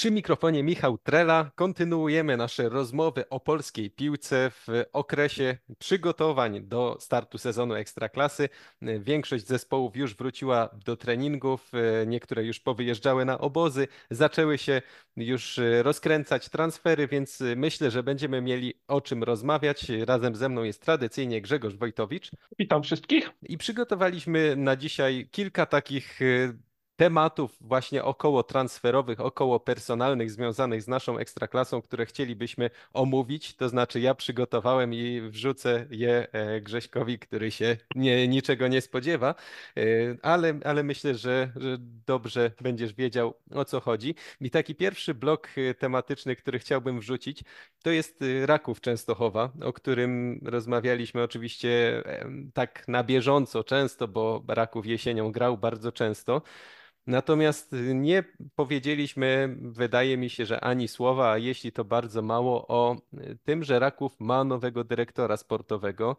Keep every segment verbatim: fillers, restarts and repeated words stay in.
Przy mikrofonie Michał Trela kontynuujemy nasze rozmowy o polskiej piłce w okresie przygotowań do startu sezonu Ekstraklasy. Większość zespołów już wróciła do treningów, niektóre już powyjeżdżały na obozy, zaczęły się już rozkręcać transfery, więc myślę, że będziemy mieli o czym rozmawiać. Razem ze mną jest tradycyjnie Grzegorz Wojtowicz. Witam wszystkich. I przygotowaliśmy na dzisiaj kilka takich y, tematów właśnie około transferowych, około personalnych, związanych z naszą ekstraklasą, które chcielibyśmy omówić. To znaczy ja przygotowałem i wrzucę je e, Grześkowi, który się nie, niczego nie spodziewa, E, ale, ale myślę, że, że dobrze będziesz wiedział, o co chodzi. I taki pierwszy blok y, tematyczny, który chciałbym wrzucić, to jest y, Raków Częstochowa, o którym rozmawialiśmy oczywiście em, tak na bieżąco często, bo Raków jesienią grał bardzo często. Natomiast y, nie powiedzieliśmy, wydaje mi się, że ani słowa, a jeśli to bardzo mało, o y, tym, że Raków ma nowego dyrektora sportowego.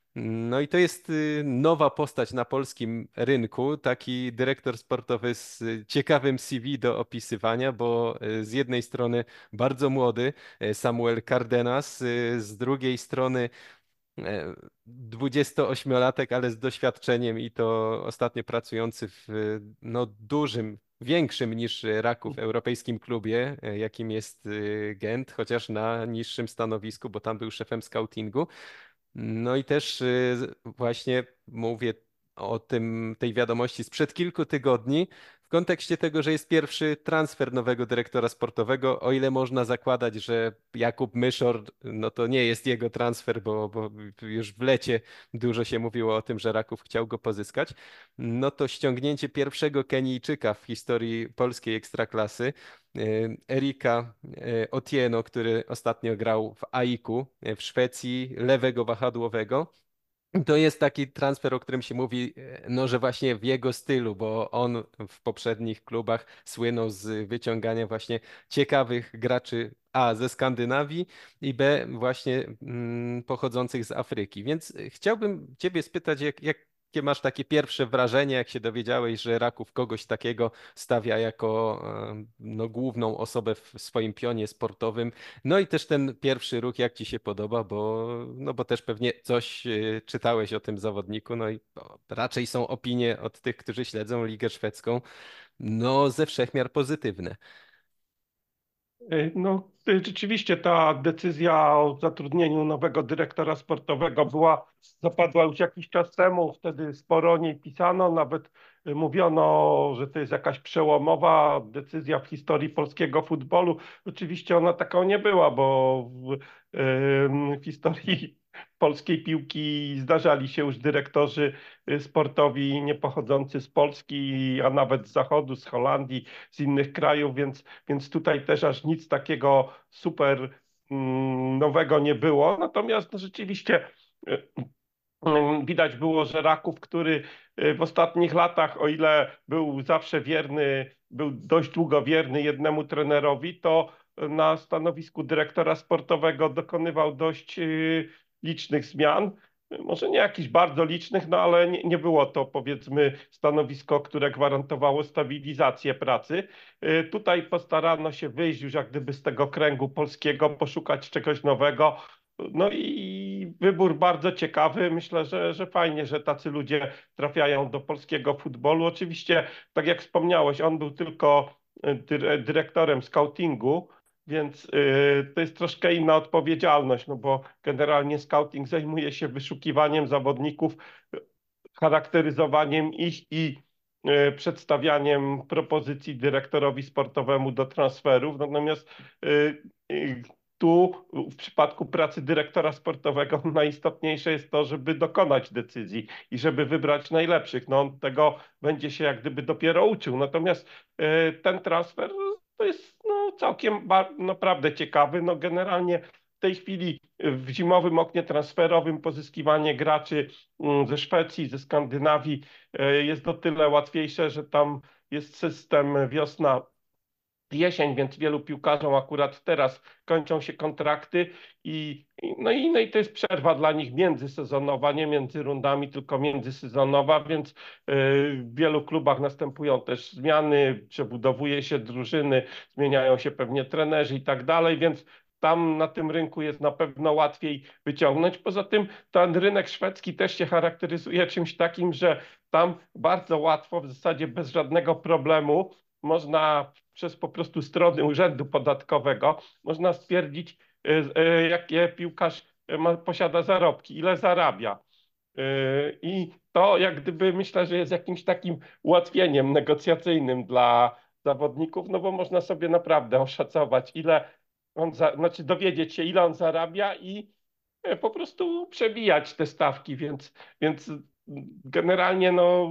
No i to jest y, nowa postać na polskim rynku, taki dyrektor sportowy z y, ciekawym C V do opisywania, bo y, z jednej strony bardzo młody y, Samuel Cardenas, y, z drugiej strony e, dwudziestoośmiolatek, ale z doświadczeniem i to ostatnio pracujący w y, no, dużym, większym niż Raków europejskim klubie, e, jakim jest y, Gent, chociaż na niższym stanowisku, bo tam był szefem scoutingu. No i też y, właśnie mówię o tym, tej wiadomości sprzed kilku tygodni w kontekście tego, że jest pierwszy transfer nowego dyrektora sportowego, o ile można zakładać, że Jakub Myszor, no to nie jest jego transfer, bo, bo już w lecie dużo się mówiło o tym, że Raków chciał go pozyskać, no to ściągnięcie pierwszego Kenijczyka w historii polskiej ekstraklasy, y, Erika y, Otieno, który ostatnio grał w Aiku y, w Szwecji, lewego wahadłowego. To jest taki transfer, o którym się mówi, e, no, że właśnie w jego stylu, bo on w poprzednich klubach słynął z wyciągania właśnie ciekawych graczy A ze Skandynawii i B właśnie mm, pochodzących z Afryki. Więc e, chciałbym Ciebie spytać, jak, jakie masz takie pierwsze wrażenie, jak się dowiedziałeś, że Raków kogoś takiego stawia jako e, no, główną osobę w swoim pionie sportowym. No i też ten pierwszy ruch, jak ci się podoba, bo, no bo też pewnie coś e, czytałeś o tym zawodniku, no i o, raczej są opinie od tych, którzy śledzą Ligę Szwedzką, no ze wszechmiar pozytywne. Y, No, y, rzeczywiście ta decyzja o zatrudnieniu nowego dyrektora sportowego była, zapadła już jakiś czas temu, wtedy sporo o niej pisano, nawet y, mówiono, że to jest jakaś przełomowa decyzja w historii polskiego futbolu. Oczywiście ona taką nie była, bo w, ym, w historii polskiej piłki zdarzali się już dyrektorzy y, sportowi nie pochodzący z Polski, a nawet z Zachodu, z Holandii, z innych krajów, więc więc tutaj też aż nic takiego super mm, nowego nie było. Natomiast no, rzeczywiście y, y, widać było, że Raków, który y, w ostatnich latach, o ile był zawsze wierny, był dość długo wierny jednemu trenerowi, to na stanowisku dyrektora sportowego dokonywał dość y, licznych zmian. Może nie jakichś bardzo licznych, no ale nie, nie było to powiedzmy stanowisko, które gwarantowało stabilizację pracy. Y, Tutaj postarano się wyjść już jak gdyby z tego kręgu polskiego, poszukać czegoś nowego. No i wybór bardzo ciekawy. Myślę, że, że fajnie, że tacy ludzie trafiają do polskiego futbolu. Oczywiście, tak jak wspomniałeś, on był tylko y, dyre- dyrektorem scoutingu, więc y, to jest troszkę inna odpowiedzialność, no bo generalnie scouting zajmuje się wyszukiwaniem zawodników, charakteryzowaniem ich i e, przedstawianiem propozycji dyrektorowi sportowemu do transferów. Natomiast e, e, tu w przypadku pracy dyrektora sportowego najistotniejsze jest to, żeby dokonać decyzji i żeby wybrać najlepszych. No on tego będzie się jak gdyby dopiero uczył. Natomiast e, ten transfer to jest no, całkiem ba- naprawdę ciekawy. No generalnie w tej chwili w zimowym oknie transferowym pozyskiwanie graczy mm, ze Szwecji, ze Skandynawii e, jest o tyle łatwiejsze, że tam jest system wiosna jesień, więc wielu piłkarzom akurat teraz kończą się kontrakty i, i- no i, no i to jest przerwa dla nich międzysezonowa, nie między rundami, tylko międzysezonowa, więc y, w wielu klubach następują też zmiany, przebudowuje się drużyny, zmieniają się pewnie trenerzy i tak dalej, więc tam na tym rynku jest na pewno łatwiej wyciągnąć. Poza tym ten rynek szwedzki też się charakteryzuje czymś takim, że tam bardzo łatwo, w zasadzie bez żadnego problemu, można przez po prostu strony Urzędu Podatkowego można stwierdzić, y, y, jakie piłkarz ma, posiada zarobki, ile zarabia. Y, I to jak gdyby myślę, że jest jakimś takim ułatwieniem negocjacyjnym dla zawodników, no bo można sobie naprawdę oszacować, ile on, za, znaczy dowiedzieć się, ile on zarabia i e, po prostu przebijać te stawki, więc, więc generalnie no,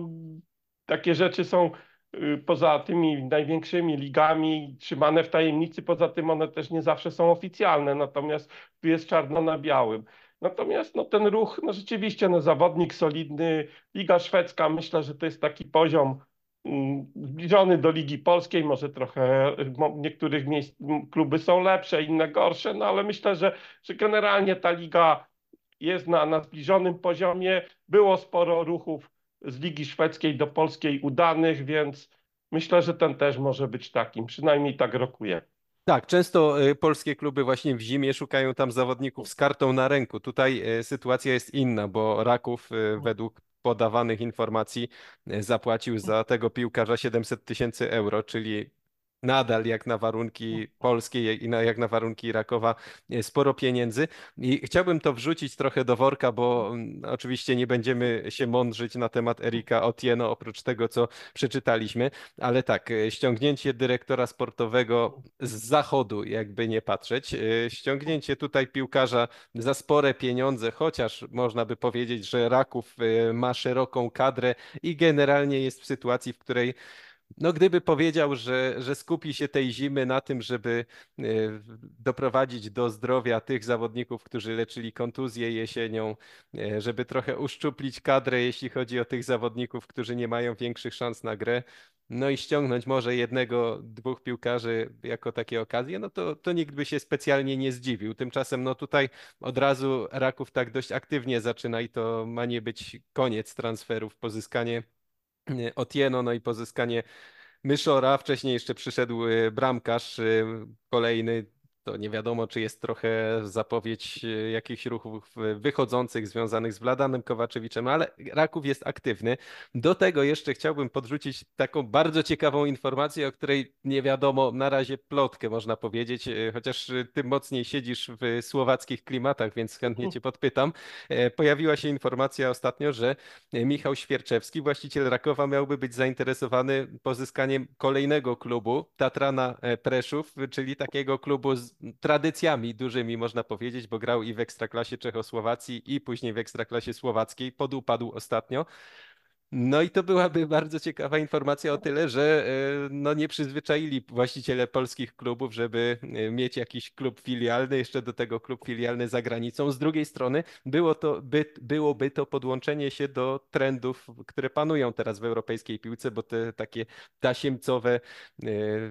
takie rzeczy są y, poza tymi największymi ligami trzymane w tajemnicy, poza tym one też nie zawsze są oficjalne, natomiast tu jest czarno na białym. Natomiast no, ten ruch, no rzeczywiście, no, zawodnik solidny, Liga Szwedzka, myślę, że to jest taki poziom mm, zbliżony do Ligi Polskiej, może trochę y, mo- niektórych miejsc m, kluby są lepsze, inne gorsze, no ale myślę, że, że generalnie ta liga jest na, na zbliżonym poziomie. Było sporo ruchów z Ligi Szwedzkiej do Polskiej udanych, więc myślę, że ten też może być takim, przynajmniej tak rokuje. Tak, często y, polskie kluby właśnie w zimie szukają tam zawodników z kartą na ręku. Tutaj y, sytuacja jest inna, bo Raków y, według podawanych informacji y, zapłacił za tego piłkarza siedemset tysięcy euro, czyli nadal jak na warunki polskie i na, jak na warunki Rakowa y, sporo pieniędzy. I chciałbym to wrzucić trochę do worka, bo mm, oczywiście nie będziemy się mądrzyć na temat Erika Otieno, oprócz tego, co przeczytaliśmy. Ale tak, e, ściągnięcie dyrektora sportowego z zachodu, jakby nie patrzeć, e, ściągnięcie tutaj piłkarza za spore pieniądze, chociaż można by powiedzieć, że Raków e, ma szeroką kadrę i generalnie jest w sytuacji, w której no, gdyby powiedział, że, że skupi się tej zimy na tym, żeby e, doprowadzić do zdrowia tych zawodników, którzy leczyli kontuzję jesienią, e, żeby trochę uszczuplić kadrę, jeśli chodzi o tych zawodników, którzy nie mają większych szans na grę, no i ściągnąć może jednego, dwóch piłkarzy jako takie okazje, no to, to nikt by się specjalnie nie zdziwił. Tymczasem, no tutaj od razu Raków tak dość aktywnie zaczyna i to ma nie być koniec transferów, pozyskanie e, Otieno, no i pozyskanie Myszora. Wcześniej jeszcze przyszedł y, bramkarz y, kolejny. To nie wiadomo, czy jest trochę zapowiedź y, jakichś ruchów y, wychodzących związanych z Wladanem Kowaczewiczem, ale Raków jest aktywny. Do tego jeszcze chciałbym podrzucić taką bardzo ciekawą informację, o której nie wiadomo, na razie plotkę można powiedzieć, y, chociaż y, ty mocniej siedzisz w słowackich klimatach, więc chętnie cię podpytam. E, Pojawiła się informacja ostatnio, że Michał Świerczewski, właściciel Rakowa, miałby być zainteresowany pozyskaniem kolejnego klubu, Tatrana e, Preszów, czyli takiego klubu z tradycjami dużymi, można powiedzieć, bo grał i w Ekstraklasie Czechosłowacji, i później w Ekstraklasie Słowackiej. Podupadł ostatnio. No i to byłaby bardzo ciekawa informacja o tyle, że e, no nie przyzwyczaili właściciele polskich klubów, żeby e, mieć jakiś klub filialny, jeszcze do tego klub filialny za granicą. Z drugiej strony było to, by, byłoby to podłączenie się do trendów, które panują teraz w europejskiej piłce, bo te takie tasiemcowe e,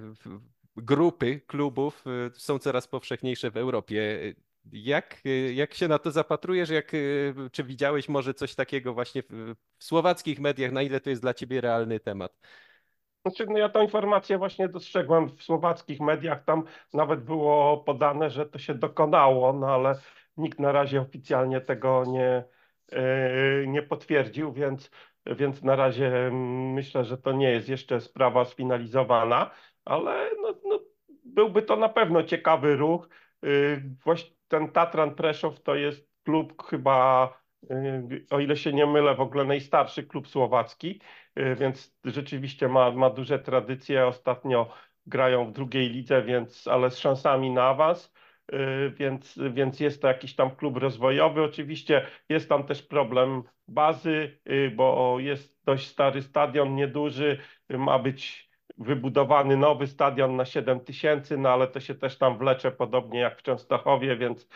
grupy klubów e, są coraz powszechniejsze w Europie. Jak, y, jak się na to zapatrujesz? Jak, y, czy widziałeś może coś takiego właśnie w, w słowackich mediach? Na ile to jest dla ciebie realny temat? Znaczy, no ja tę informację właśnie dostrzegłem w słowackich mediach. Tam nawet było podane, że to się dokonało, no ale nikt na razie oficjalnie tego nie, yy, nie potwierdził, więc, więc na razie mm, myślę, że to nie jest jeszcze sprawa sfinalizowana, ale no, no, byłby to na pewno ciekawy ruch. Yy, Właśnie ten Tatran Preszów to jest klub chyba, yy, o ile się nie mylę, w ogóle najstarszy klub słowacki. Y, więc rzeczywiście ma, ma duże tradycje. Ostatnio grają w drugiej lidze, więc, ale z szansami na awans, y, więc, więc jest to jakiś tam klub rozwojowy. Oczywiście jest tam też problem bazy, y, bo jest dość stary stadion, nieduży, y, ma być wybudowany nowy stadion na siedem tysięcy, no ale to się też tam wlecze podobnie jak w Częstochowie, więc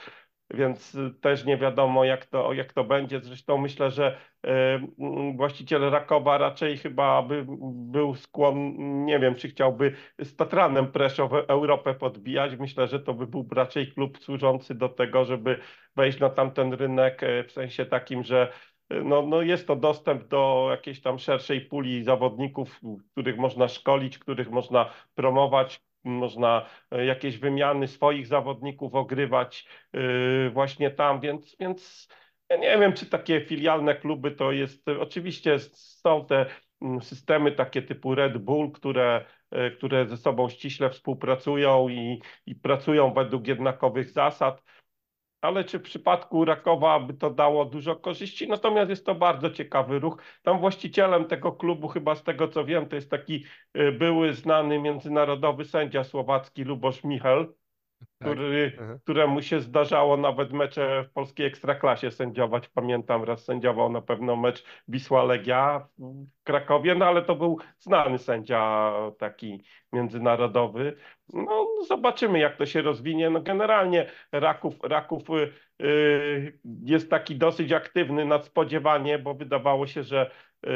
więc y, też nie wiadomo jak to, jak to będzie. Zresztą myślę, że y, mm, właściciel Rakowa raczej chyba by był skłonny, nie wiem, czy chciałby z Tatranem Preszów Europę podbijać. Myślę, że to by był raczej klub służący do tego, żeby wejść na tamten rynek y, w sensie takim, że y, no, no jest to dostęp do jakiejś tam szerszej puli zawodników, których można szkolić, których można promować, można y, jakieś wymiany swoich zawodników ogrywać yy, właśnie tam, więc, więc ja nie wiem, czy takie filialne kluby to jest, oczywiście są te mm, systemy takie typu Red Bull, które, yy, które ze sobą ściśle współpracują i, i pracują według jednakowych zasad, ale czy w przypadku Rakowa by to dało dużo korzyści? Natomiast jest to bardzo ciekawy ruch. Tam właścicielem tego klubu, chyba z tego co wiem, to jest taki yy, były znany międzynarodowy sędzia słowacki Lubosz Michel, Tak. który, Aha. któremu się zdarzało nawet mecze w polskiej ekstraklasie sędziować. Pamiętam, raz sędziował na pewno mecz Wisła-Legia w Krakowie, no ale to był znany sędzia taki międzynarodowy. No zobaczymy, jak to się rozwinie. No generalnie Raków, Raków y, y, jest taki dosyć aktywny nadspodziewanie, bo wydawało się, że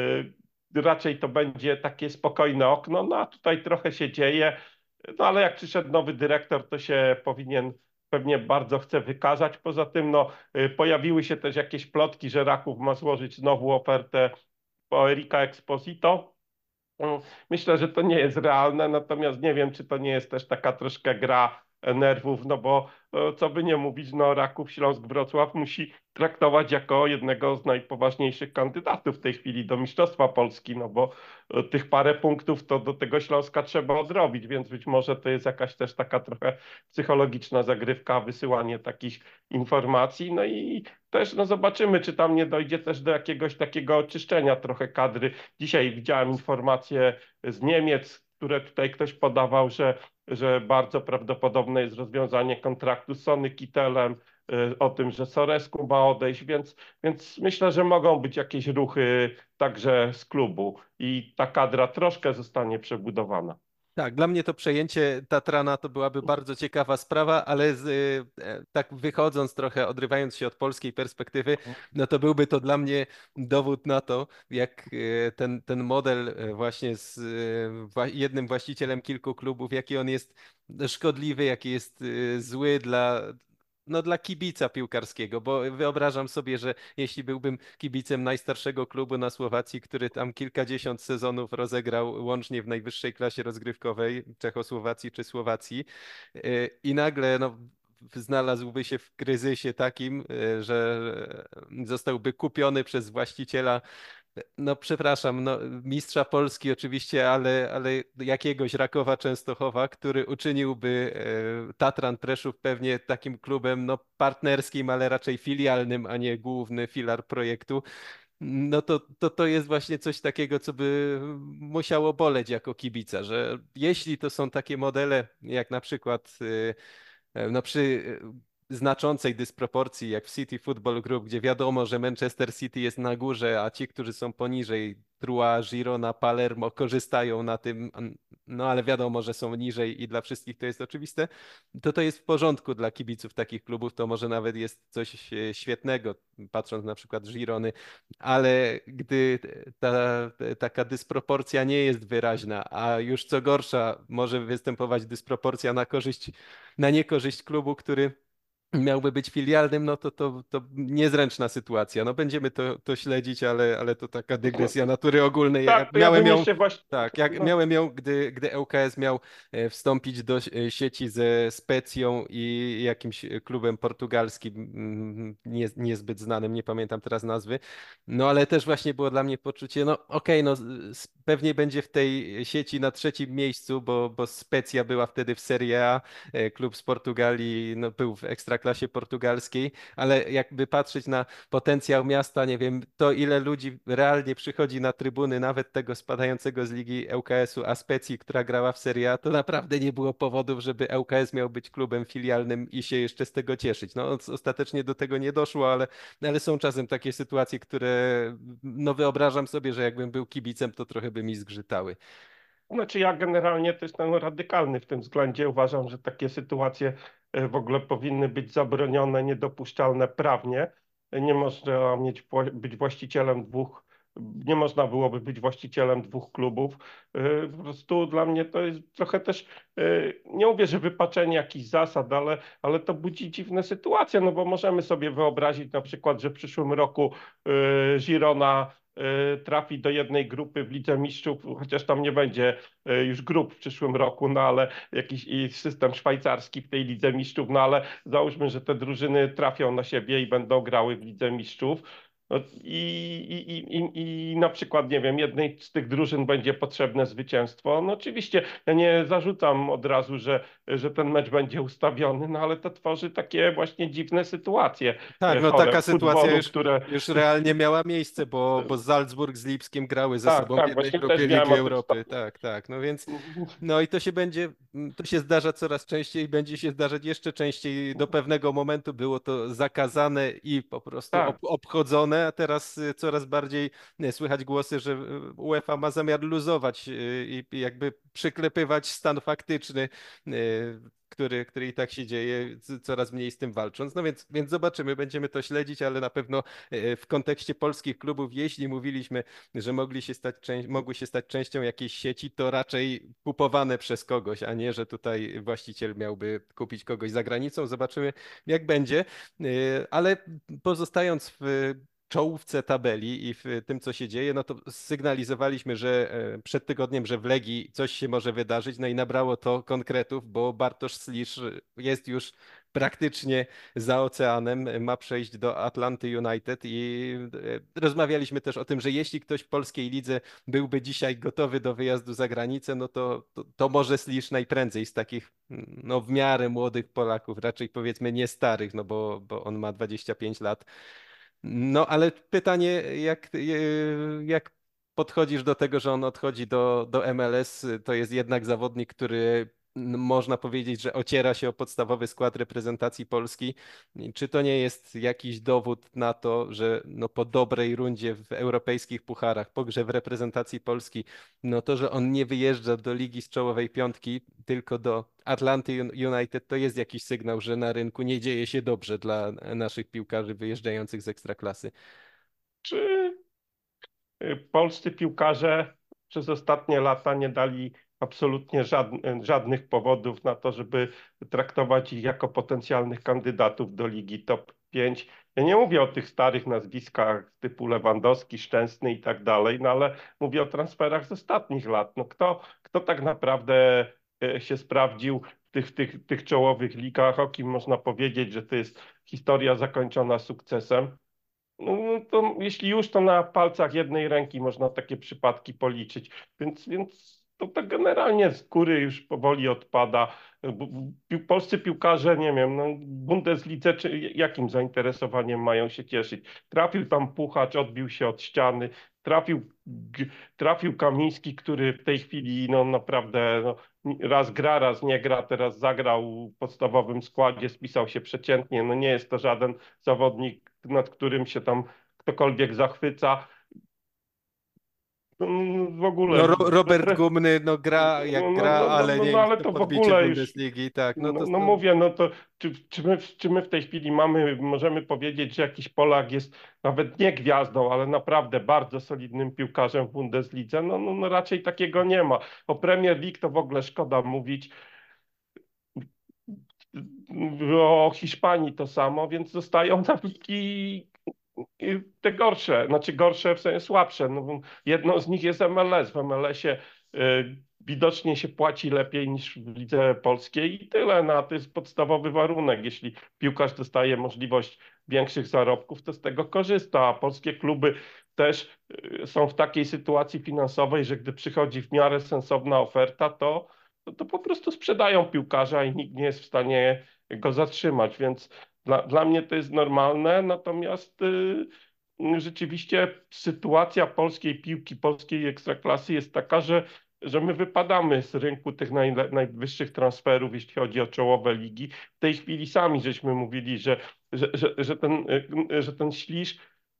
y, raczej to będzie takie spokojne okno, no a tutaj trochę się dzieje. No ale jak przyszedł nowy dyrektor, to się powinien pewnie bardzo chce wykazać. Poza tym no, y, pojawiły się też jakieś plotki, że Raków ma złożyć znowu ofertę po Erika Exposito. Mm, Myślę, że to nie jest realne, natomiast nie wiem, czy to nie jest też taka troszkę gra nerwów, no bo e, co by nie mówić, no Raków Śląsk Wrocław musi traktować jako jednego z najpoważniejszych kandydatów w tej chwili do Mistrzostwa Polski, no bo e, tych parę punktów to do tego Śląska trzeba odrobić, więc być może to jest jakaś też taka trochę psychologiczna zagrywka, wysyłanie takich informacji, no i też no zobaczymy, czy tam nie dojdzie też do jakiegoś takiego oczyszczenia trochę kadry. Dzisiaj widziałem informacje z Niemiec, które tutaj ktoś podawał, że, że bardzo prawdopodobne jest rozwiązanie kontraktu z Sony Kittelem, y, o tym, że Sorescu ma odejść, więc, więc myślę, że mogą być jakieś ruchy także z klubu i ta kadra troszkę zostanie przebudowana. Tak, dla mnie to przejęcie Tatrana to byłaby bardzo ciekawa sprawa, ale z, e, tak wychodząc trochę, odrywając się od polskiej perspektywy, no to byłby to dla mnie dowód na to, jak e, ten, ten model e, właśnie z e, wła- jednym właścicielem kilku klubów, jaki on jest szkodliwy, jaki jest e, zły dla, no, dla kibica piłkarskiego, bo wyobrażam sobie, że jeśli byłbym kibicem najstarszego klubu na Słowacji, który tam kilkadziesiąt sezonów rozegrał łącznie w najwyższej klasie rozgrywkowej Czechosłowacji czy Słowacji yy, i nagle no, znalazłby się w kryzysie takim, yy, że zostałby kupiony przez właściciela, no przepraszam, no, mistrza Polski oczywiście, ale, ale jakiegoś Rakowa Częstochowa, który uczyniłby e, Tatran Preszów pewnie takim klubem no, partnerskim, ale raczej filialnym, a nie główny filar projektu. No to, to, to jest właśnie coś takiego, co by musiało boleć jako kibica, że jeśli to są takie modele, jak na przykład e, no przy e, znaczącej dysproporcji, jak w City Football Group, gdzie wiadomo, że Manchester City jest na górze, a ci, którzy są poniżej, Trua, Girona, Palermo, korzystają na tym, no ale wiadomo, że są niżej i dla wszystkich to jest oczywiste, to to jest w porządku dla kibiców takich klubów, to może nawet jest coś e, świetnego, patrząc na przykład Girony, ale gdy ta, taka dysproporcja nie jest wyraźna, a już co gorsza, może występować dysproporcja na korzyść, na niekorzyść klubu, który miałby być filialnym, no to, to, to niezręczna sytuacja. No będziemy to, to śledzić, ale, ale to taka No, dygresja natury ogólnej. Ja tak, to ja miałem bym ją, jeszcze właśnie, tak, jak no, miałem ją, gdy, gdy ŁKS miał e, wstąpić do e, sieci ze Specją i jakimś klubem portugalskim, mm, nie, niezbyt znanym, nie pamiętam teraz nazwy. No ale też właśnie było dla mnie poczucie, no okej, no s- pewnie będzie w tej sieci na trzecim miejscu, bo, bo Specja była wtedy w Serie A, e, klub z Portugalii, no był w ekstraklasie portugalskiej, ale jakby patrzeć na potencjał miasta, nie wiem, to ile ludzi realnie przychodzi na trybuny nawet tego spadającego z ligi ŁKS-u, a Specji, która grała w Serie A, to naprawdę nie było powodów, żeby ŁKS miał być klubem filialnym i się jeszcze z tego cieszyć. No ostatecznie do tego nie doszło, ale, ale są czasem takie sytuacje, które no wyobrażam sobie, że jakbym był kibicem, to trochę by mi zgrzytały. znaczy ja generalnie to jestem radykalny w tym względzie. Uważam, że takie sytuacje e, w ogóle powinny być zabronione, niedopuszczalne prawnie. Nie można mieć, wła- być właścicielem dwóch, nie można byłoby być właścicielem dwóch klubów. E, Po prostu dla mnie to jest trochę też, e, nie mówię, że wypaczenie jakichś zasad, ale, ale to budzi dziwne sytuacje, no bo możemy sobie wyobrazić na przykład, że w przyszłym roku e, Girona e, trafi do jednej grupy w Lidze Mistrzów, chociaż tam nie będzie e, już grup w przyszłym roku, no ale jakiś i system szwajcarski w tej Lidze Mistrzów, no ale załóżmy, że te drużyny trafią na siebie i będą grały w Lidze Mistrzów. No I, i, i, i, I na przykład, nie wiem, jednej z tych drużyn będzie potrzebne zwycięstwo. No oczywiście, ja nie zarzucam od razu, że, że ten mecz będzie ustawiony, no ale to tworzy takie właśnie dziwne sytuacje Tak, e, no chore taka w sytuacja futbolu, już, które już realnie miała miejsce, bo, bo Salzburg z Lipskiem grały ze tak, sobą w tak, jednej właśnie też grupie miałem Ligi o tym Europy. wspomnieć. Tak, tak. No więc, no i to się będzie, to się zdarza coraz częściej, będzie się zdarzać jeszcze częściej. Do pewnego momentu było to zakazane i po prostu ob Tak. obchodzone, a teraz y, coraz bardziej y, słychać głosy, że y, UEFA ma zamiar luzować y, i jakby przyklepywać stan faktyczny, y, który, który i tak się dzieje, c- coraz mniej z tym walcząc. No więc, więc zobaczymy, będziemy to śledzić, ale na pewno e, w kontekście polskich klubów, jeśli mówiliśmy, że mogli się stać część, mogły się stać częścią jakiejś sieci, to raczej kupowane przez kogoś, a nie, że tutaj właściciel miałby kupić kogoś za granicą. Zobaczymy, jak będzie. E, Ale pozostając w czołówce tabeli i w tym, co się dzieje, no to sygnalizowaliśmy, że e, przed tygodniem, że w Legii coś się może wydarzyć, no i nabrało to konkretów, bo Bartosz Slisz jest już praktycznie za oceanem, ma przejść do Atlanty United i e, rozmawialiśmy też o tym, że jeśli ktoś w polskiej lidze byłby dzisiaj gotowy do wyjazdu za granicę, no to, to, to może Slisz najprędzej z takich mm, no, w miarę młodych Polaków, raczej powiedzmy nie starych, no bo, bo on ma dwadzieścia pięć lat. No, ale pytanie, jak, e, jak podchodzisz do tego, że on odchodzi do, do M L S, to jest jednak zawodnik, który n- można powiedzieć, że ociera się o podstawowy skład reprezentacji Polski. I czy to nie jest jakiś dowód na to, że no po dobrej rundzie w europejskich pucharach, po grze w reprezentacji Polski, no to, że on nie wyjeżdża do ligi z czołowej piątki, tylko do Atlanty Un- United, to jest jakiś sygnał, że na rynku nie dzieje się dobrze dla naszych piłkarzy wyjeżdżających z ekstraklasy. Czy y, polscy piłkarze przez ostatnie lata nie dali absolutnie żadn- żadnych powodów na to, żeby traktować ich jako potencjalnych kandydatów do ligi top pięć. Ja nie mówię o tych starych nazwiskach typu Lewandowski, Szczęsny i tak dalej, no ale mówię o transferach z ostatnich lat. No kto, kto tak naprawdę e, się sprawdził w tych, tych, tych czołowych ligach, o kim można powiedzieć, że to jest historia zakończona sukcesem? No, no to jeśli już, to na palcach jednej ręki można takie przypadki policzyć. Więc, więc to tak generalnie z góry już powoli odpada. Bo- pi- Polscy piłkarze, nie wiem, no, w Bundeslidze, czy jakim zainteresowaniem mają się cieszyć? Trafił tam Puchacz, odbił się od ściany, trafił, G- trafił Kamiński, który w tej chwili no, naprawdę no, raz gra, raz nie gra, teraz zagrał w podstawowym składzie, spisał się przeciętnie. No nie jest to żaden zawodnik, nad którym się tam ktokolwiek zachwyca. No, w ogóle, No, Ro Robert repre- Gumny, no gra jak no, no, gra, no, no, ale no, nie no jest ale to to w podbicie ogóle już, Bundesligi, tak, no no, to, no to mówię, no to czy, czy my, czy my w tej chwili mamy, możemy powiedzieć, że jakiś Polak jest nawet nie gwiazdą, ale naprawdę bardzo solidnym piłkarzem w Bundeslidze? No, no, no raczej takiego nie ma. O Premier League to w ogóle szkoda mówić. O Hiszpanii to samo, więc zostają nawiki i te gorsze, znaczy gorsze w sensie słabsze. No, bo jedną z nich jest M L S. W M L S-ie y, widocznie się płaci lepiej niż w lidze polskiej i tyle. No, a to jest podstawowy warunek. Jeśli piłkarz dostaje możliwość większych zarobków, to z tego korzysta. A polskie kluby też y, są w takiej sytuacji finansowej, że gdy przychodzi w miarę sensowna oferta, to, to, to po prostu sprzedają piłkarza i nikt nie jest w stanie go zatrzymać, więc dla, dla mnie to jest normalne, natomiast y, rzeczywiście sytuacja polskiej piłki, polskiej ekstraklasy jest taka, że, że my wypadamy z rynku tych najle- najwyższych transferów, jeśli chodzi o czołowe ligi. W tej chwili sami żeśmy mówili, że, że, że, że ten, y, że ten Ślisz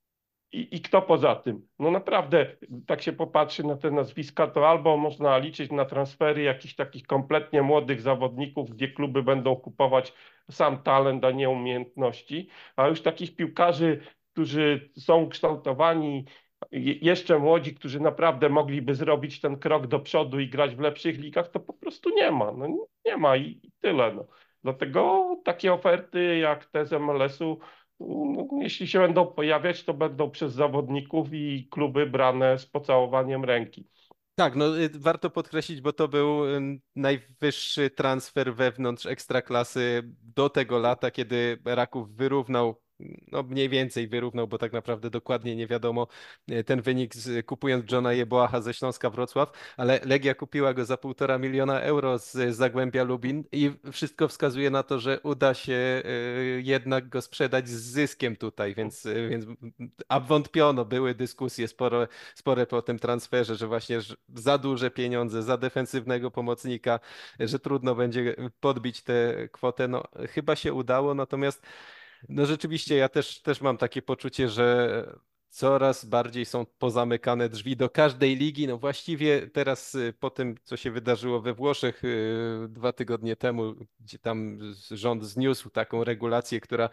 i, i kto poza tym? No naprawdę, tak się popatrzy na te nazwiska, to albo można liczyć na transfery jakichś takich kompletnie młodych zawodników, gdzie kluby będą kupować sam talent, a nie umiejętności, a już takich piłkarzy, którzy są kształtowani, je- jeszcze młodzi, którzy naprawdę mogliby zrobić ten krok do przodu i grać w lepszych ligach, to po prostu nie ma. No nie ma i, i tyle. No. Dlatego takie oferty jak te z M L S-u, no, jeśli się będą pojawiać, to będą przez zawodników i kluby brane z pocałowaniem ręki. Tak, no y, warto podkreślić, bo to był y, najwyższy transfer wewnątrz Ekstraklasy do tego lata, kiedy Raków wyrównał, no mniej więcej wyrównał, bo tak naprawdę dokładnie nie wiadomo y, ten wynik z, kupując Johna Jeboacha ze Śląska Wrocław, ale Legia kupiła go za półtora miliona euro z Zagłębia Lubin i wszystko wskazuje na to, że uda się y, jednak go sprzedać z zyskiem tutaj, więc, y, więc a wątpiono, były dyskusje sporo spore po tym transferze, że właśnie że za duże pieniądze, za defensywnego pomocnika, że trudno będzie podbić tę kwotę. No, chyba się udało, natomiast no rzeczywiście ja też, też mam takie poczucie, że coraz bardziej są pozamykane drzwi do każdej ligi. No właściwie teraz y, po tym, co się wydarzyło we Włoszech y, dwa tygodnie temu, gdzie tam rząd zniósł taką regulację, która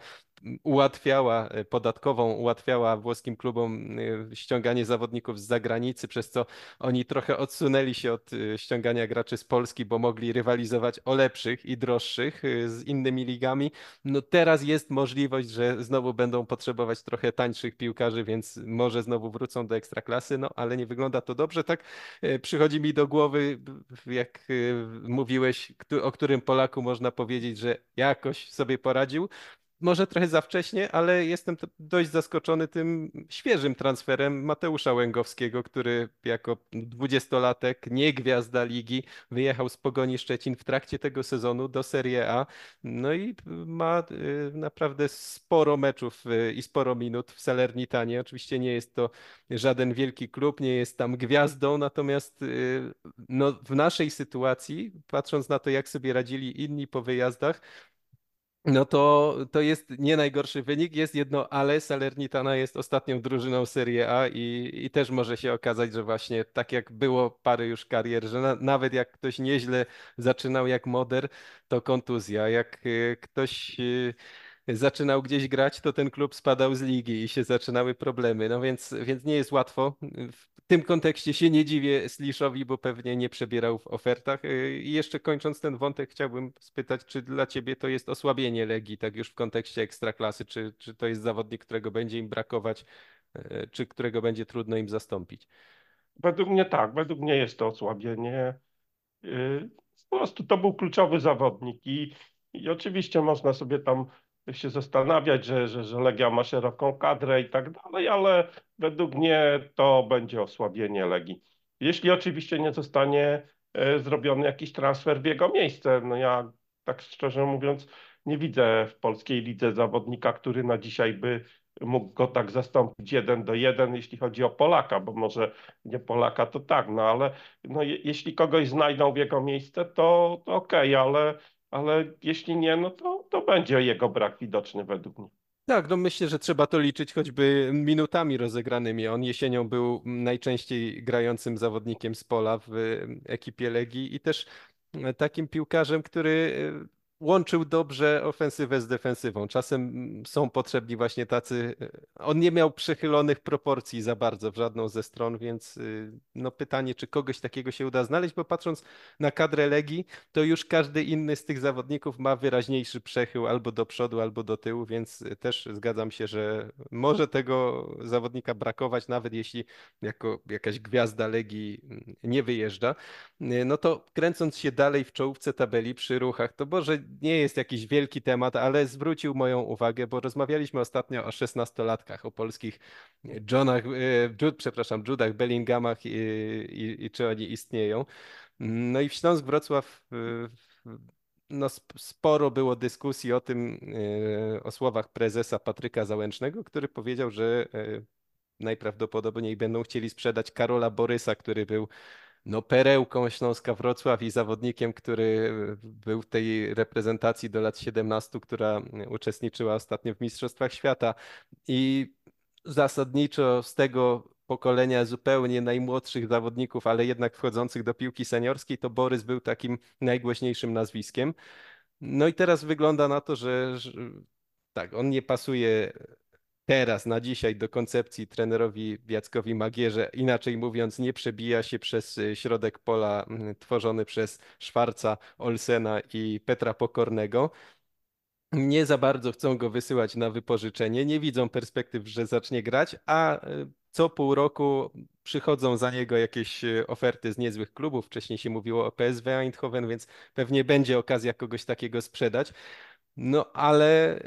ułatwiała, y, podatkową, ułatwiała włoskim klubom y, ściąganie zawodników z zagranicy, przez co oni trochę odsunęli się od y, ściągania graczy z Polski, bo mogli rywalizować o lepszych i droższych y, z innymi ligami. No teraz jest możliwość, że znowu będą potrzebować trochę tańszych piłkarzy, więc może znowu wrócą do Ekstraklasy, no ale nie wygląda to dobrze. Tak e, przychodzi mi do głowy, b- jak e, mówiłeś, któ- o którym Polaku można powiedzieć, że jakoś sobie poradził. Może trochę za wcześnie, ale jestem t- dość zaskoczony tym świeżym transferem Mateusza Łęgowskiego, który jako dwudziestolatek, nie gwiazda ligi, wyjechał z Pogoni Szczecin w trakcie tego sezonu do Serie A. No i ma y, naprawdę sporo meczów y, i sporo minut w Salernitanie. Oczywiście nie jest to żaden wielki klub, nie jest tam gwiazdą, natomiast y, no, w naszej sytuacji, patrząc na to, jak sobie radzili inni po wyjazdach, no to, to jest nie najgorszy wynik. Jest jedno ale, Salernitana jest ostatnią drużyną Serie A i, i też może się okazać, że właśnie tak jak było parę już karier, że na, nawet jak ktoś nieźle zaczynał jak Moder, to kontuzja. Jak y, ktoś y, zaczynał gdzieś grać, to ten klub spadał z ligi i się zaczynały problemy. No więc, więc nie jest łatwo. W tym kontekście się nie dziwię Sliszowi, bo pewnie nie przebierał w ofertach. Yy, I jeszcze kończąc ten wątek, chciałbym spytać, czy dla ciebie to jest osłabienie Legii, tak już w kontekście Ekstraklasy, czy, czy to jest zawodnik, którego będzie im brakować, yy, czy którego będzie trudno im zastąpić? Według mnie tak, według mnie jest to osłabienie. Yy, Po prostu to był kluczowy zawodnik i, i oczywiście można sobie tam się zastanawiać, że, że, że Legia ma szeroką kadrę i tak dalej, ale według mnie to będzie osłabienie Legii. Jeśli oczywiście nie zostanie e, zrobiony jakiś transfer w jego miejsce. No ja tak szczerze mówiąc nie widzę w polskiej lidze zawodnika, który na dzisiaj by mógł go tak zastąpić jeden do jeden, jeśli chodzi o Polaka, bo może nie Polaka to tak, no ale no, je, jeśli kogoś znajdą w jego miejsce, to, to okej, ale, ale jeśli nie, no to, to będzie jego brak widoczny według mnie. Tak, no myślę, że trzeba to liczyć choćby minutami rozegranymi. On jesienią był najczęściej grającym zawodnikiem z pola w ekipie Legii i też takim piłkarzem, który łączył dobrze ofensywę z defensywą. Czasem są potrzebni właśnie tacy. On nie miał przechylonych proporcji za bardzo w żadną ze stron, więc y, no pytanie, czy kogoś takiego się uda znaleźć, bo patrząc na kadrę Legii, to już każdy inny z tych zawodników ma wyraźniejszy przechył albo do przodu, albo do tyłu, więc też zgadzam się, że może tego zawodnika brakować, nawet jeśli jako jakaś gwiazda Legii nie wyjeżdża. No to kręcąc się dalej w czołówce tabeli przy ruchach, to może nie jest jakiś wielki temat, ale zwrócił moją uwagę, bo rozmawialiśmy ostatnio o szesnastolatkach, o polskich Johnach, e, Jude, przepraszam, Judach Bellinghamach i, i, i czy oni istnieją. No i w Śląsk Wrocław e, no, sp- sporo było dyskusji o tym, e, o słowach prezesa Patryka Załęcznego, który powiedział, że e, najprawdopodobniej będą chcieli sprzedać Karola Borysa, który był no, perełką Śląska Wrocław i zawodnikiem, który był w tej reprezentacji do lat siedemnastu, która uczestniczyła ostatnio w Mistrzostwach Świata. I zasadniczo z tego pokolenia zupełnie najmłodszych zawodników, ale jednak wchodzących do piłki seniorskiej, to Borys był takim najgłośniejszym nazwiskiem. No i teraz wygląda na to, że, że tak, on nie pasuje teraz, na dzisiaj do koncepcji trenerowi Jackowi Magierze. Inaczej mówiąc, nie przebija się przez y, środek pola mm, tworzony przez Szwarca, Olsena i Petra Pokornego. Nie za bardzo chcą go wysyłać na wypożyczenie, nie widzą perspektyw, że zacznie grać, a y, co pół roku przychodzą za niego jakieś y, oferty z niezłych klubów. Wcześniej się mówiło o P S V Eindhoven, więc pewnie będzie okazja kogoś takiego sprzedać. No ale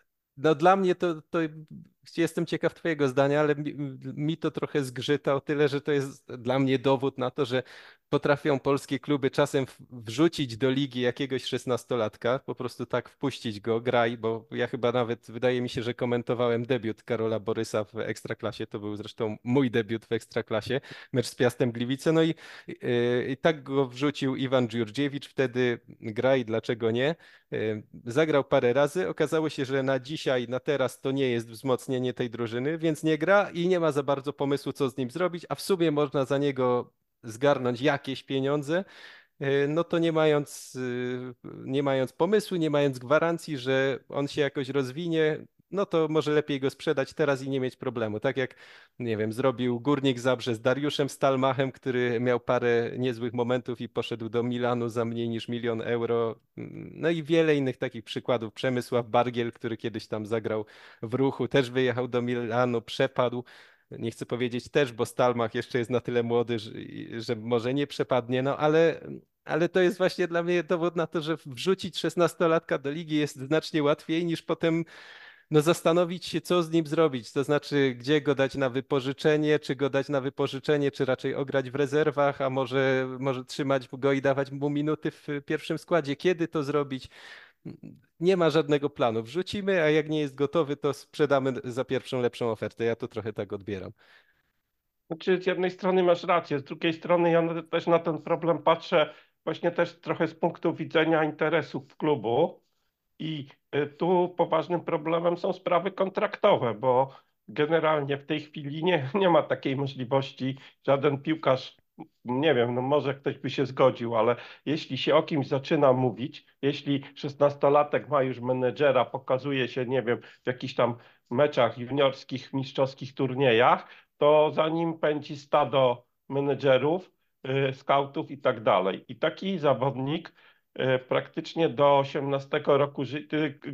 no dla mnie to, to jestem ciekaw Twojego zdania, ale mi, mi to trochę zgrzyta o tyle, że to jest dla mnie dowód na to, że potrafią polskie kluby czasem w- wrzucić do ligi jakiegoś szesnastolatka, po prostu tak wpuścić go, graj, bo ja chyba nawet, wydaje mi się, że komentowałem debiut Karola Borysa w Ekstraklasie, to był zresztą mój debiut w Ekstraklasie, mecz z Piastem Gliwice, no i, yy, i tak go wrzucił Iwan Dżurdziewicz, wtedy graj, dlaczego nie? Y, Zagrał parę razy. Okazało się, że na dzisiaj, na teraz to nie jest wzmocnienie tej drużyny, więc nie gra i nie ma za bardzo pomysłu, co z nim zrobić, a w sumie można za niego zgarnąć jakieś pieniądze, y, no to nie mając, y, nie mając pomysłu, nie mając gwarancji, że on się jakoś rozwinie, no to może lepiej go sprzedać teraz i nie mieć problemu. Tak jak, nie wiem, zrobił Górnik Zabrze z Dariuszem Stalmachem, który miał parę niezłych momentów i poszedł do Milanu za mniej niż milion euro. No i wiele innych takich przykładów. Przemysław Bargiel, który kiedyś tam zagrał w Ruchu, też wyjechał do Milanu, przepadł. Nie chcę powiedzieć też, bo Stalmach jeszcze jest na tyle młody, że, że może nie przepadnie, no ale, ale to jest właśnie dla mnie dowód na to, że wrzucić szesnastolatka do ligi jest znacznie łatwiej niż potem no zastanowić się, co z nim zrobić. To znaczy, gdzie go dać na wypożyczenie, czy go dać na wypożyczenie, czy raczej ograć w rezerwach, a może, może trzymać go i dawać mu minuty w pierwszym składzie. Kiedy to zrobić? Nie ma żadnego planu. Wrzucimy, a jak nie jest gotowy, to sprzedamy za pierwszą lepszą ofertę. Ja to trochę tak odbieram. Znaczy, z jednej strony masz rację, z drugiej strony ja na- też na ten problem patrzę właśnie też trochę z punktu widzenia interesów klubu. I y, tu poważnym problemem są sprawy kontraktowe, bo generalnie w tej chwili nie, nie ma takiej możliwości. Żaden piłkarz, nie wiem, no może ktoś by się zgodził, ale jeśli się o kimś zaczyna mówić, jeśli szesnastolatek ma już menedżera, pokazuje się, nie wiem, w jakichś tam meczach juniorskich, mistrzowskich turniejach, to za nim pędzi stado menedżerów, y, skautów i tak dalej. I taki zawodnik e, praktycznie do osiemnastego roku życia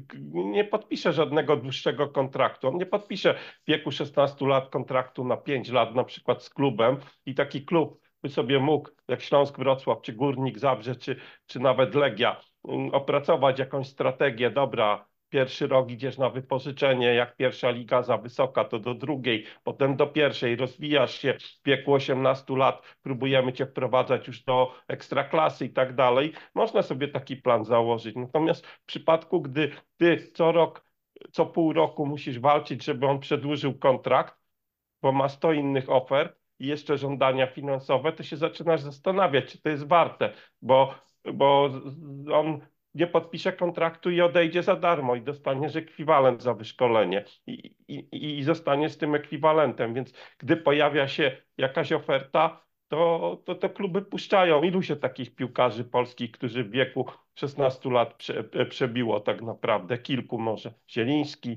nie podpisze żadnego dłuższego kontraktu. On nie podpisze w wieku szesnastu lat kontraktu na pięć lat, na przykład z klubem, i taki klub by sobie mógł, jak Śląsk Wrocław, czy Górnik Zabrze, czy, czy nawet Legia, mm, opracować jakąś strategię. Dobra, pierwszy rok idziesz na wypożyczenie, jak pierwsza liga za wysoka, to do drugiej, potem do pierwszej, rozwijasz się w wieku osiemnastu lat, próbujemy cię wprowadzać już do ekstraklasy i tak dalej. Można sobie taki plan założyć. Natomiast w przypadku, gdy ty co rok, co pół roku musisz walczyć, żeby on przedłużył kontrakt, bo ma sto innych ofert i jeszcze żądania finansowe, to się zaczynasz zastanawiać, czy to jest warte, bo, bo on nie podpisze kontraktu i odejdzie za darmo i dostaniesz ekwiwalent za wyszkolenie i, i, i zostanie z tym ekwiwalentem. Więc gdy pojawia się jakaś oferta, to, to te kluby puszczają. Ilu się takich piłkarzy polskich, którzy w wieku szesnastu lat prze, przebiło tak naprawdę? Kilku może. Zieliński,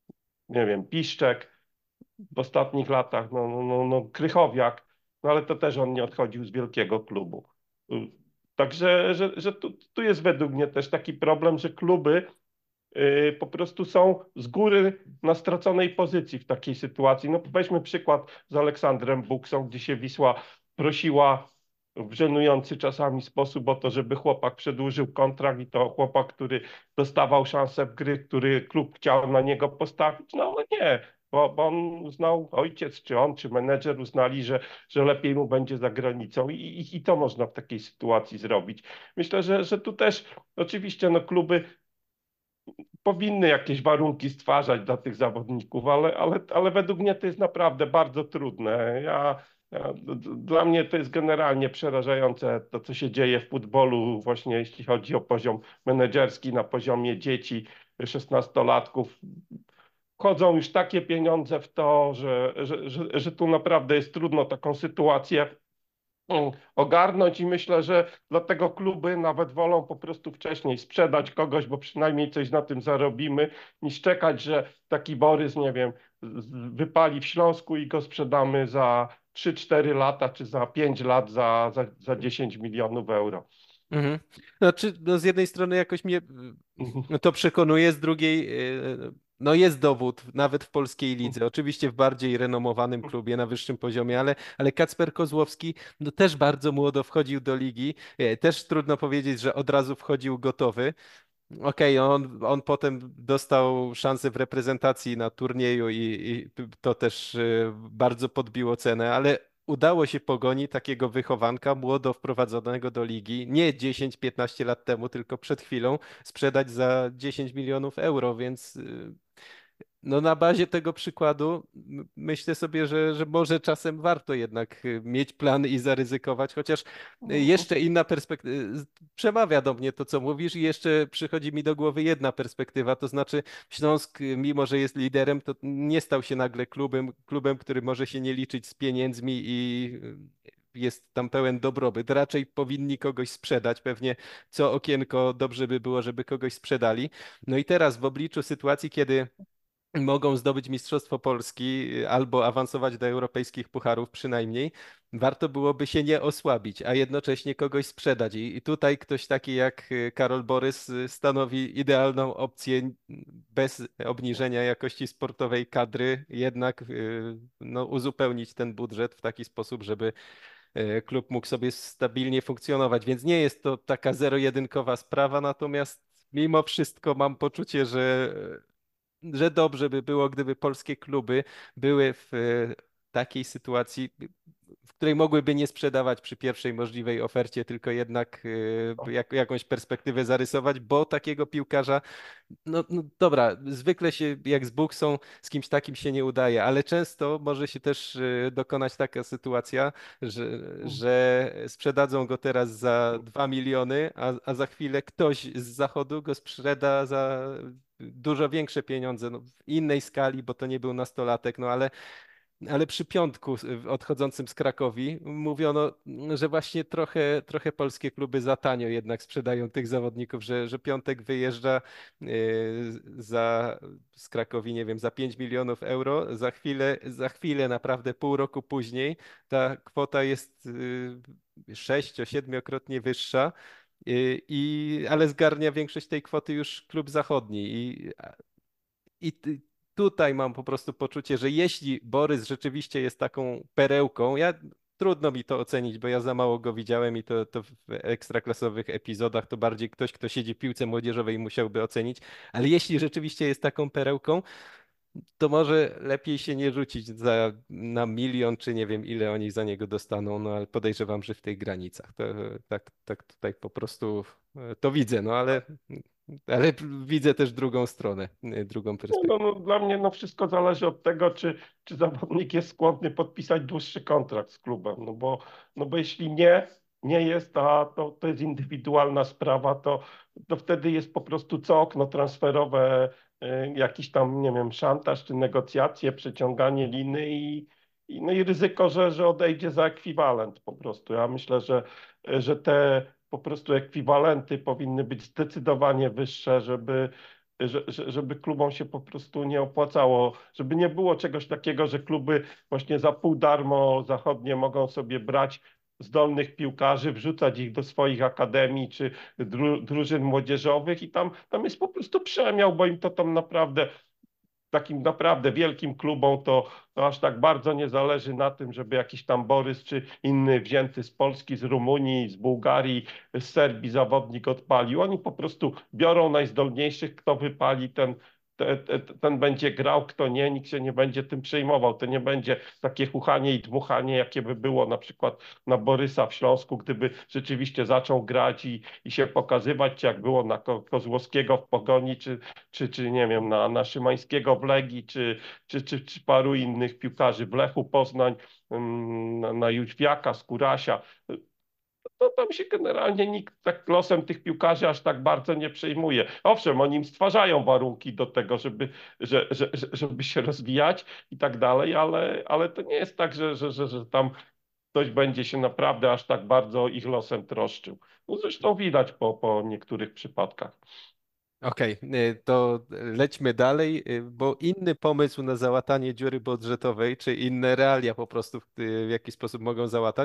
nie wiem, Piszczek w ostatnich latach, no, no, no, no Krychowiak, no ale to też on nie odchodził z wielkiego klubu. Y, Także, że, że tu, tu jest według mnie też taki problem, że kluby y, po prostu są z góry na straconej pozycji w takiej sytuacji. No weźmy przykład z Aleksandrem Buksą, gdzie się Wisła prosiła w żenujący czasami sposób o to, żeby chłopak przedłużył kontrakt, i to chłopak, który dostawał szansę w gry, który klub chciał na niego postawić. No ale nie, bo, bo on uznał, ojciec, czy on, czy menedżer uznali, że, że lepiej mu będzie za granicą, i, i, i to można w takiej sytuacji zrobić. Myślę, że, że tu też oczywiście no, kluby powinny jakieś warunki stwarzać dla tych zawodników, ale, ale, ale według mnie to jest naprawdę bardzo trudne. Ja, ja, d- d- dla mnie to jest generalnie przerażające to, co się dzieje w futbolu, właśnie jeśli chodzi o poziom menedżerski na poziomie dzieci, szesnastolatków. wchodzą już takie pieniądze w to, że, że, że, że tu naprawdę jest trudno taką sytuację mm, ogarnąć i myślę, że dlatego kluby nawet wolą po prostu wcześniej sprzedać kogoś, bo przynajmniej coś na tym zarobimy, niż czekać, że taki Borys, nie wiem, z- wypali w Śląsku i go sprzedamy za trzy cztery lata, czy za pięć lat za, za, za dziesięć milionów euro. Mhm. Znaczy, no z jednej strony jakoś mnie y, to przekonuje, z drugiej y, no jest dowód, nawet w polskiej lidze, oczywiście w bardziej renomowanym klubie na wyższym poziomie, ale, ale Kacper Kozłowski no też bardzo młodo wchodził do ligi, y, też trudno powiedzieć, że od razu wchodził gotowy. Okej, on, on potem dostał szansę w reprezentacji na turnieju i, i to też y, bardzo podbiło cenę, ale udało się Pogoni takiego wychowanka młodo wprowadzonego do ligi, nie dziesięć piętnaście lat temu, tylko przed chwilą, sprzedać za dziesięć milionów euro, więc y, no na bazie tego przykładu m- myślę sobie, że, że może czasem warto jednak y, mieć plan i zaryzykować, chociaż y, jeszcze inna perspektywa, przemawia do mnie to, co mówisz i jeszcze przychodzi mi do głowy jedna perspektywa, to znaczy Śląsk, y, mimo że jest liderem, to nie stał się nagle klubem, klubem, który może się nie liczyć z pieniędzmi i y, jest tam pełen dobrobyt. Raczej powinni kogoś sprzedać, pewnie co okienko dobrze by było, żeby kogoś sprzedali. No i teraz w obliczu sytuacji, kiedy mogą zdobyć Mistrzostwo Polski y, albo awansować do europejskich pucharów przynajmniej, warto byłoby się nie osłabić, a jednocześnie kogoś sprzedać. I, i tutaj ktoś taki jak y, Karol Borys y, stanowi idealną opcję n- bez obniżenia jakości sportowej kadry, jednak y, no, uzupełnić ten budżet w taki sposób, żeby y, klub mógł sobie stabilnie funkcjonować. Więc nie jest to taka zero-jedynkowa sprawa, natomiast mimo wszystko mam poczucie, że że dobrze by było, gdyby polskie kluby były w e, takiej sytuacji, w której mogłyby nie sprzedawać przy pierwszej możliwej ofercie, tylko jednak e, jak, jakąś perspektywę zarysować, bo takiego piłkarza, no, no dobra, zwykle się jak z buksą z kimś takim się nie udaje, ale często może się też e, dokonać taka sytuacja, że, że sprzedadzą go teraz za dwa miliony, a, a za chwilę ktoś z zachodu go sprzeda za dużo większe pieniądze, no, w innej skali, bo to nie był nastolatek, no ale, ale przy Piątku y, odchodzącym z Krakowi mówiono, że właśnie trochę, trochę polskie kluby za tanio jednak sprzedają tych zawodników, że, że Piątek wyjeżdża y, za, z Krakowi, nie wiem, za pięć milionów euro, za chwilę, za chwilę, naprawdę pół roku później ta kwota jest y, sześcio, siedmiokrotnie wyższa. Y, I, ale zgarnia większość tej kwoty już klub zachodni. I, i ty- tutaj mam po prostu poczucie, że jeśli Borys rzeczywiście jest taką perełką, ja trudno mi to ocenić, bo ja za mało go widziałem i to, to w ekstraklasowych epizodach to bardziej ktoś, kto siedzi w piłce młodzieżowej musiałby ocenić, ale jeśli rzeczywiście jest taką perełką, to może lepiej się nie rzucić za, na milion, czy nie wiem ile oni za niego dostaną, no ale podejrzewam, że w tych granicach. To, tak, tak tutaj po prostu e, to widzę, no ale, ale widzę też drugą stronę, e, drugą Nie, No, perspektywę. no, dla mnie no, wszystko zależy od tego, czy, czy zawodnik jest skłonny podpisać dłuższy kontrakt z klubem. No bo, no bo jeśli nie, nie jest, a to, to jest indywidualna sprawa, to, to wtedy jest po prostu co okno transferowe, y, jakiś tam, nie wiem, szantaż czy negocjacje, przeciąganie liny i, i, no i ryzyko, że, że odejdzie za ekwiwalent po prostu. Ja myślę, że, że te po prostu ekwiwalenty powinny być zdecydowanie wyższe, żeby że, że- żeby klubom się po prostu nie opłacało, żeby nie było czegoś takiego, że kluby właśnie za pół darmo zachodnie mogą sobie brać zdolnych piłkarzy, wrzucać ich do swoich akademii czy dru, drużyn młodzieżowych i tam, tam jest po prostu przemiał, bo im to tam naprawdę takim naprawdę wielkim klubom to, to aż tak bardzo nie zależy na tym, żeby jakiś tam Borys czy inny wzięty z Polski, z Rumunii, z Bułgarii, z Serbii zawodnik odpalił. Oni po prostu biorą najzdolniejszych, kto wypali, ten, te- te- ten będzie grał, kto nie, nikt się nie będzie tym przejmował. To nie będzie takie chuchanie i dmuchanie, jakie by było na przykład na Borysa w Śląsku, gdyby rzeczywiście zaczął grać i, i się pokazywać, czy jak było na Ko Kozłowskiego w Pogoni, czy czy, czy nie wiem, na, na Szymańskiego w Legii, czy, czy, czy, czy paru innych piłkarzy w Lechu Poznań, ym, na, na Jóźwiaka, Skórasia. to tam się generalnie nikt tak losem tych piłkarzy aż tak bardzo nie przejmuje. Owszem, oni im stwarzają warunki do tego, żeby, że, że, że- żeby się rozwijać i tak dalej, ale, ale to nie jest tak, że, że, że, że tam ktoś będzie się naprawdę aż tak bardzo ich losem troszczył. No zresztą widać po, po niektórych przypadkach. Okej, y, to lećmy dalej, y, bo inny pomysł na załatanie dziury budżetowej, czy inne realia po prostu, w y, w jaki sposób mogą załatać,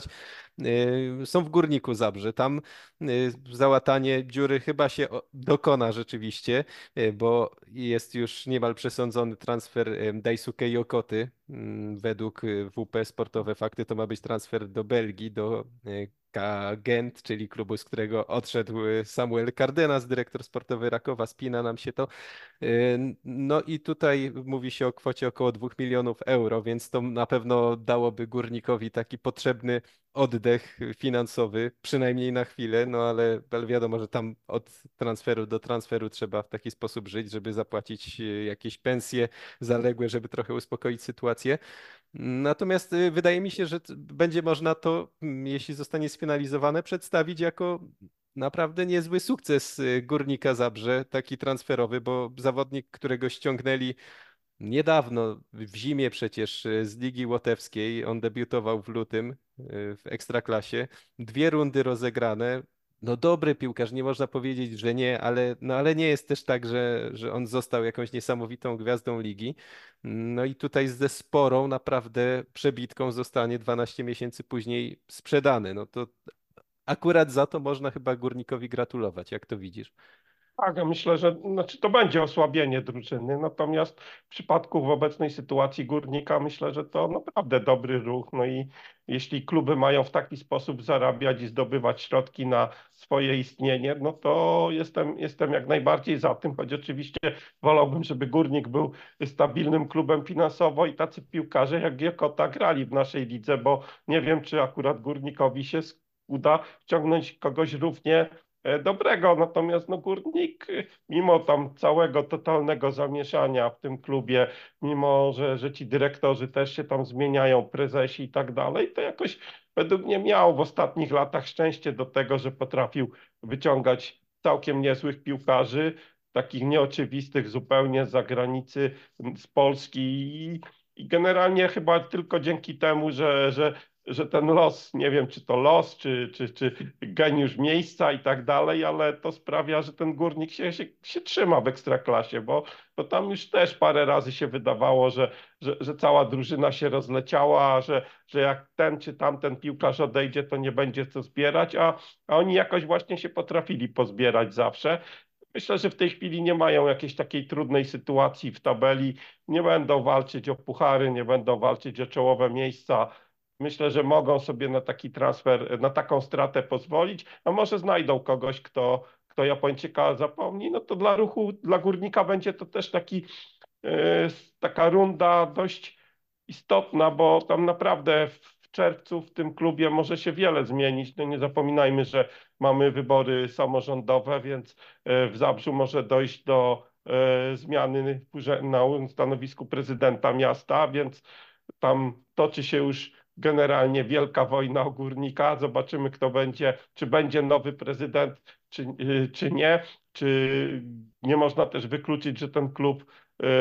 y, są w Górniku Zabrze. Tam y, załatanie dziury chyba się o- dokona rzeczywiście, y, bo jest już niemal przesądzony transfer y, Daisuke Yokoty. Mm, Według y, W P Sportowe Fakty to ma być transfer do Belgii, do y, K Gent, czyli klubu, z którego odszedł y, Samuel Cardenas, dyrektor sportowy Rakowa. Spina nam się to. Y, No i tutaj mówi się o kwocie około dwóch milionów euro, więc to na pewno dałoby Górnikowi taki potrzebny oddech finansowy, przynajmniej na chwilę, no ale, ale wiadomo, że tam od transferu do transferu trzeba w taki sposób żyć, żeby zapłacić y, jakieś pensje zaległe, żeby trochę uspokoić sytuację. Natomiast y, wydaje mi się, że t- będzie można to, mm, jeśli zostanie sfinalizowane, przedstawić jako naprawdę niezły sukces y, Górnika Zabrze, taki transferowy, bo zawodnik, którego ściągnęli niedawno, w zimie przecież, y, z Ligi Łotewskiej, on debiutował w lutym y, w Ekstraklasie, dwie rundy rozegrane. No dobry piłkarz, nie można powiedzieć, że nie, ale, no, ale nie jest też tak, że, że on został jakąś niesamowitą gwiazdą ligi. No i tutaj ze sporą naprawdę przebitką zostanie dwanaście miesięcy później sprzedany. No to akurat za to można chyba Górnikowi gratulować, jak to widzisz. Tak, ja myślę, że znaczy to będzie osłabienie drużyny, natomiast w przypadku w obecnej sytuacji Górnika myślę, że to naprawdę dobry ruch. No i jeśli kluby mają w taki sposób zarabiać i zdobywać środki na swoje istnienie, no to jestem, jestem jak najbardziej za tym, choć oczywiście wolałbym, żeby Górnik był stabilnym klubem finansowo i tacy piłkarze jak Giekota grali w naszej lidze, bo nie wiem, czy akurat Górnikowi się uda wciągnąć kogoś równie e, dobrego. Natomiast no, Górnik, y, mimo tam całego totalnego zamieszania w tym klubie, mimo że, że ci dyrektorzy też się tam zmieniają, prezesi i tak dalej, to jakoś według mnie miał w ostatnich latach szczęście do tego, że potrafił wyciągać całkiem niezłych piłkarzy, takich nieoczywistych zupełnie z zagranicy, z Polski i, i generalnie chyba tylko dzięki temu, że, że że ten los, nie wiem czy to los, czy, czy, czy geniusz miejsca i tak dalej, ale to sprawia, że ten Górnik się, się, się trzyma w Ekstraklasie, bo, bo tam już też parę razy się wydawało, że, że, że cała drużyna się rozleciała, że, że jak ten czy tamten piłkarz odejdzie, to nie będzie co zbierać, a, a oni jakoś właśnie się potrafili pozbierać zawsze. Myślę, że w tej chwili nie mają jakiejś takiej trudnej sytuacji w tabeli, nie będą walczyć o puchary, nie będą walczyć o czołowe miejsca. Myślę, że mogą sobie na taki transfer, na taką stratę pozwolić, a może znajdą kogoś, kto, kto Japończyka zapomni. No to dla ruchu, dla Górnika będzie to też taki, e, taka runda dość istotna, bo tam naprawdę w czerwcu w tym klubie może się wiele zmienić. No nie zapominajmy, że mamy wybory samorządowe, więc e, w Zabrzu może dojść do e, zmiany w urze- na stanowisku prezydenta miasta, więc tam toczy się już generalnie wielka wojna o Górnika. Zobaczymy, kto będzie, czy będzie nowy prezydent, czy, y, czy nie. Czy nie można też wykluczyć, że ten klub y,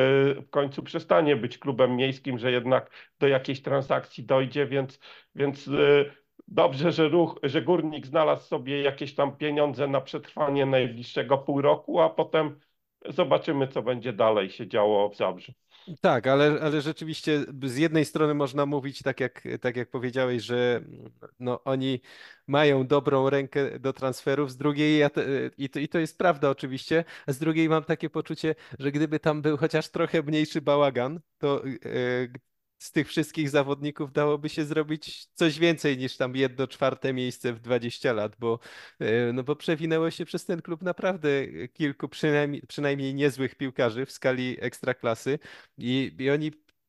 w końcu przestanie być klubem miejskim, że jednak do jakiejś transakcji dojdzie, więc, więc y, dobrze, że ruch, że Górnik znalazł sobie jakieś tam pieniądze na przetrwanie najbliższego pół roku, a potem zobaczymy, co będzie dalej się działo w Zabrzu. Tak, ale, ale rzeczywiście z jednej strony można mówić, tak jak, tak jak powiedziałeś, że no, oni mają dobrą rękę do transferów, z drugiej, ja te, i, to, i to jest prawda oczywiście, a z drugiej mam takie poczucie, że gdyby tam był chociaż trochę mniejszy bałagan, to e, z tych wszystkich zawodników dałoby się zrobić coś więcej niż tam jedno czwarte miejsce w dwadzieścia lat, bo, e, no bo przewinęło się przez ten klub naprawdę kilku przynajmniej, przynajmniej niezłych piłkarzy w skali ekstraklasy. I, I oni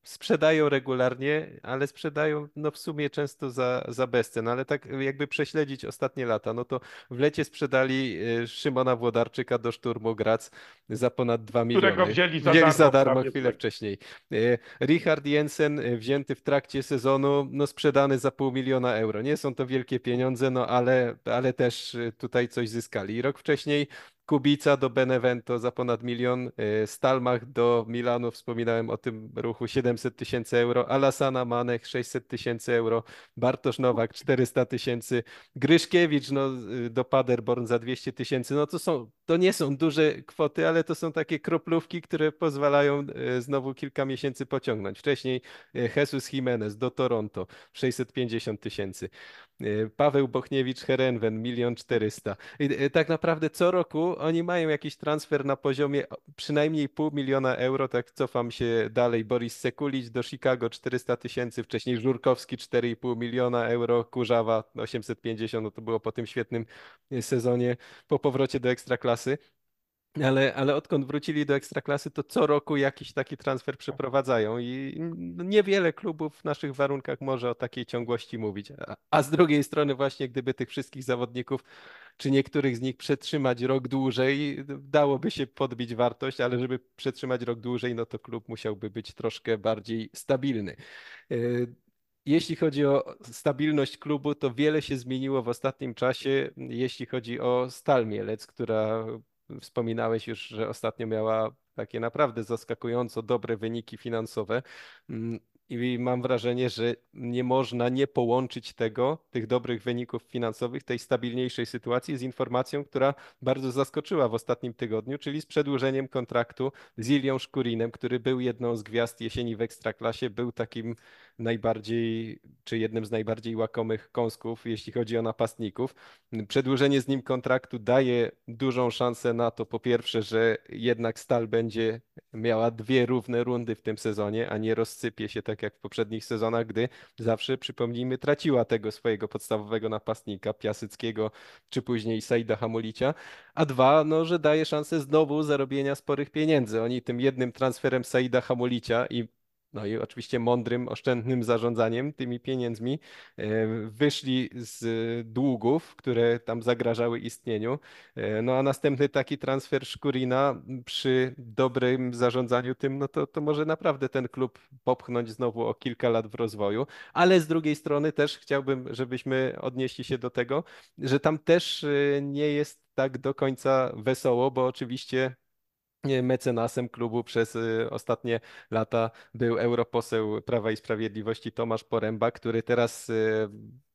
sprzedają regularnie, ale sprzedają no w sumie często za, za bezcen, ale tak jakby prześledzić ostatnie lata, no to w lecie sprzedali y, Szymona Włodarczyka do Szturmu Graz za ponad dwa którego miliony. wzięli za Wzięli za darmo darmo prawie. chwilę Tak. wcześniej. Y, Richard Jensen y, wzięty w trakcie sezonu, no sprzedany za pół miliona euro. Nie są to wielkie pieniądze, no ale, ale też y, tutaj coś zyskali. I rok wcześniej Kubica do Benevento za ponad milion, y, Stalmach do Milanu, wspominałem o tym ruchu, siedemset tysięcy euro, Alassana Manek sześćset tysięcy euro, Bartosz Nowak czterysta tysięcy, Gryszkiewicz no, y, do Paderborn za dwieście tysięcy. No to są, to nie są duże kwoty, ale to są takie kroplówki, które pozwalają y, znowu kilka miesięcy pociągnąć. Wcześniej y, Jesus Jimenez do Toronto sześćset pięćdziesiąt tysięcy. Y, Paweł Bochniewicz-Herenwen, milion czterysta. I, y, Tak naprawdę co roku oni mają jakiś transfer na poziomie o- przynajmniej pół miliona euro, tak cofam się dalej. Boris Sekulic do Chicago czterysta tysięcy, wcześniej Żurkowski cztery i pół miliona euro, Kurzawa osiemset pięćdziesiąt, no to było po tym świetnym y, sezonie po powrocie do Ekstraklasy. Ale, ale odkąd wrócili do Ekstraklasy, to co roku jakiś taki transfer przeprowadzają i niewiele klubów w naszych warunkach może o takiej ciągłości mówić. A, a z drugiej strony właśnie, gdyby tych wszystkich zawodników, czy niektórych z nich przetrzymać rok dłużej, dałoby się podbić wartość, ale żeby przetrzymać rok dłużej, no to klub musiałby być troszkę bardziej stabilny. Y, Jeśli chodzi o stabilność klubu, to wiele się zmieniło w ostatnim czasie, jeśli chodzi o Stal Mielec, która wspominałeś już, że ostatnio miała takie naprawdę zaskakująco dobre wyniki finansowe. Mm, I mam wrażenie, że nie można nie połączyć tego, tych dobrych wyników finansowych, tej stabilniejszej sytuacji z informacją, która bardzo zaskoczyła w ostatnim tygodniu, czyli z przedłużeniem kontraktu z Ilią Szkurinem, który był jedną z gwiazd jesieni w Ekstraklasie, był takim najbardziej, czy jednym z najbardziej łakomych kąsków, jeśli chodzi o napastników. Przedłużenie z nim kontraktu daje dużą szansę na to, po pierwsze, że jednak Stal będzie miała dwie równe rundy w tym sezonie, a nie rozsypie się tak jak w poprzednich sezonach, gdy zawsze, przypomnijmy, traciła tego swojego podstawowego napastnika, Piaseckiego, czy później Saida Hamulicia, a dwa, no, że daje szansę znowu zarobienia sporych pieniędzy. Oni tym jednym transferem Saida Hamulicia i no i oczywiście mądrym, oszczędnym zarządzaniem tymi pieniędzmi e, wyszli z długów, które tam zagrażały istnieniu. E, No a następny taki transfer Szkurina przy dobrym zarządzaniu tym, no to, to może naprawdę ten klub popchnąć znowu o kilka lat w rozwoju. Ale z drugiej strony też chciałbym, żebyśmy odnieśli się do tego, że tam też e, nie jest tak do końca wesoło, bo oczywiście nie, mecenasem klubu przez y, ostatnie lata był europoseł Prawa i Sprawiedliwości Tomasz Poręba, który teraz y,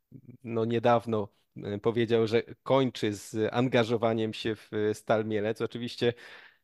no niedawno y, powiedział, że kończy z angażowaniem się w y, Stal Mielec. Oczywiście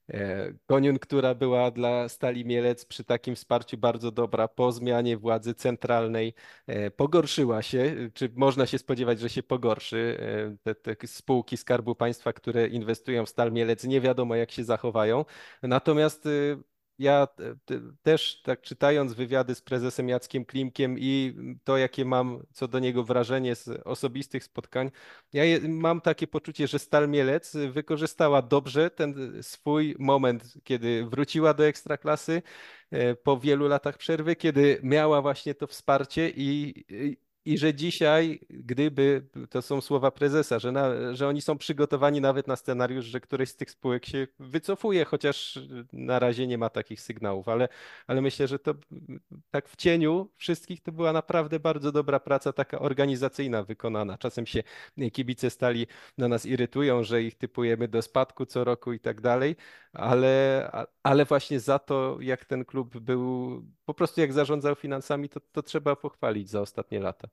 E, Koniunktura była dla Stali Mielec przy takim wsparciu bardzo dobra. Po zmianie władzy centralnej e, pogorszyła się. Czy można się spodziewać, że się pogorszy? E, Te, te spółki Skarbu Państwa, które inwestują w Stal Mielec, nie wiadomo jak się zachowają. Natomiast e, ja te- te- też tak czytając wywiady z prezesem Jackiem Klimkiem i to, jakie mam co do niego wrażenie z osobistych spotkań, ja je, mam takie poczucie, że Stal Mielec wykorzystała dobrze ten swój moment, kiedy wróciła do Ekstraklasy e, po wielu latach przerwy, kiedy miała właśnie to wsparcie i, i, i że dzisiaj, gdyby, to są słowa prezesa, że, na, że oni są przygotowani nawet na scenariusz, że któreś z tych spółek się wycofuje, chociaż na razie nie ma takich sygnałów, ale, ale myślę, że to tak w cieniu wszystkich to była naprawdę bardzo dobra praca, taka organizacyjna wykonana. Czasem się kibice Stali na nas irytują, że ich typujemy do spadku co roku i tak dalej, ale, a- ale właśnie za to, jak ten klub był, po prostu jak zarządzał finansami, to, to trzeba pochwalić za ostatnie lata.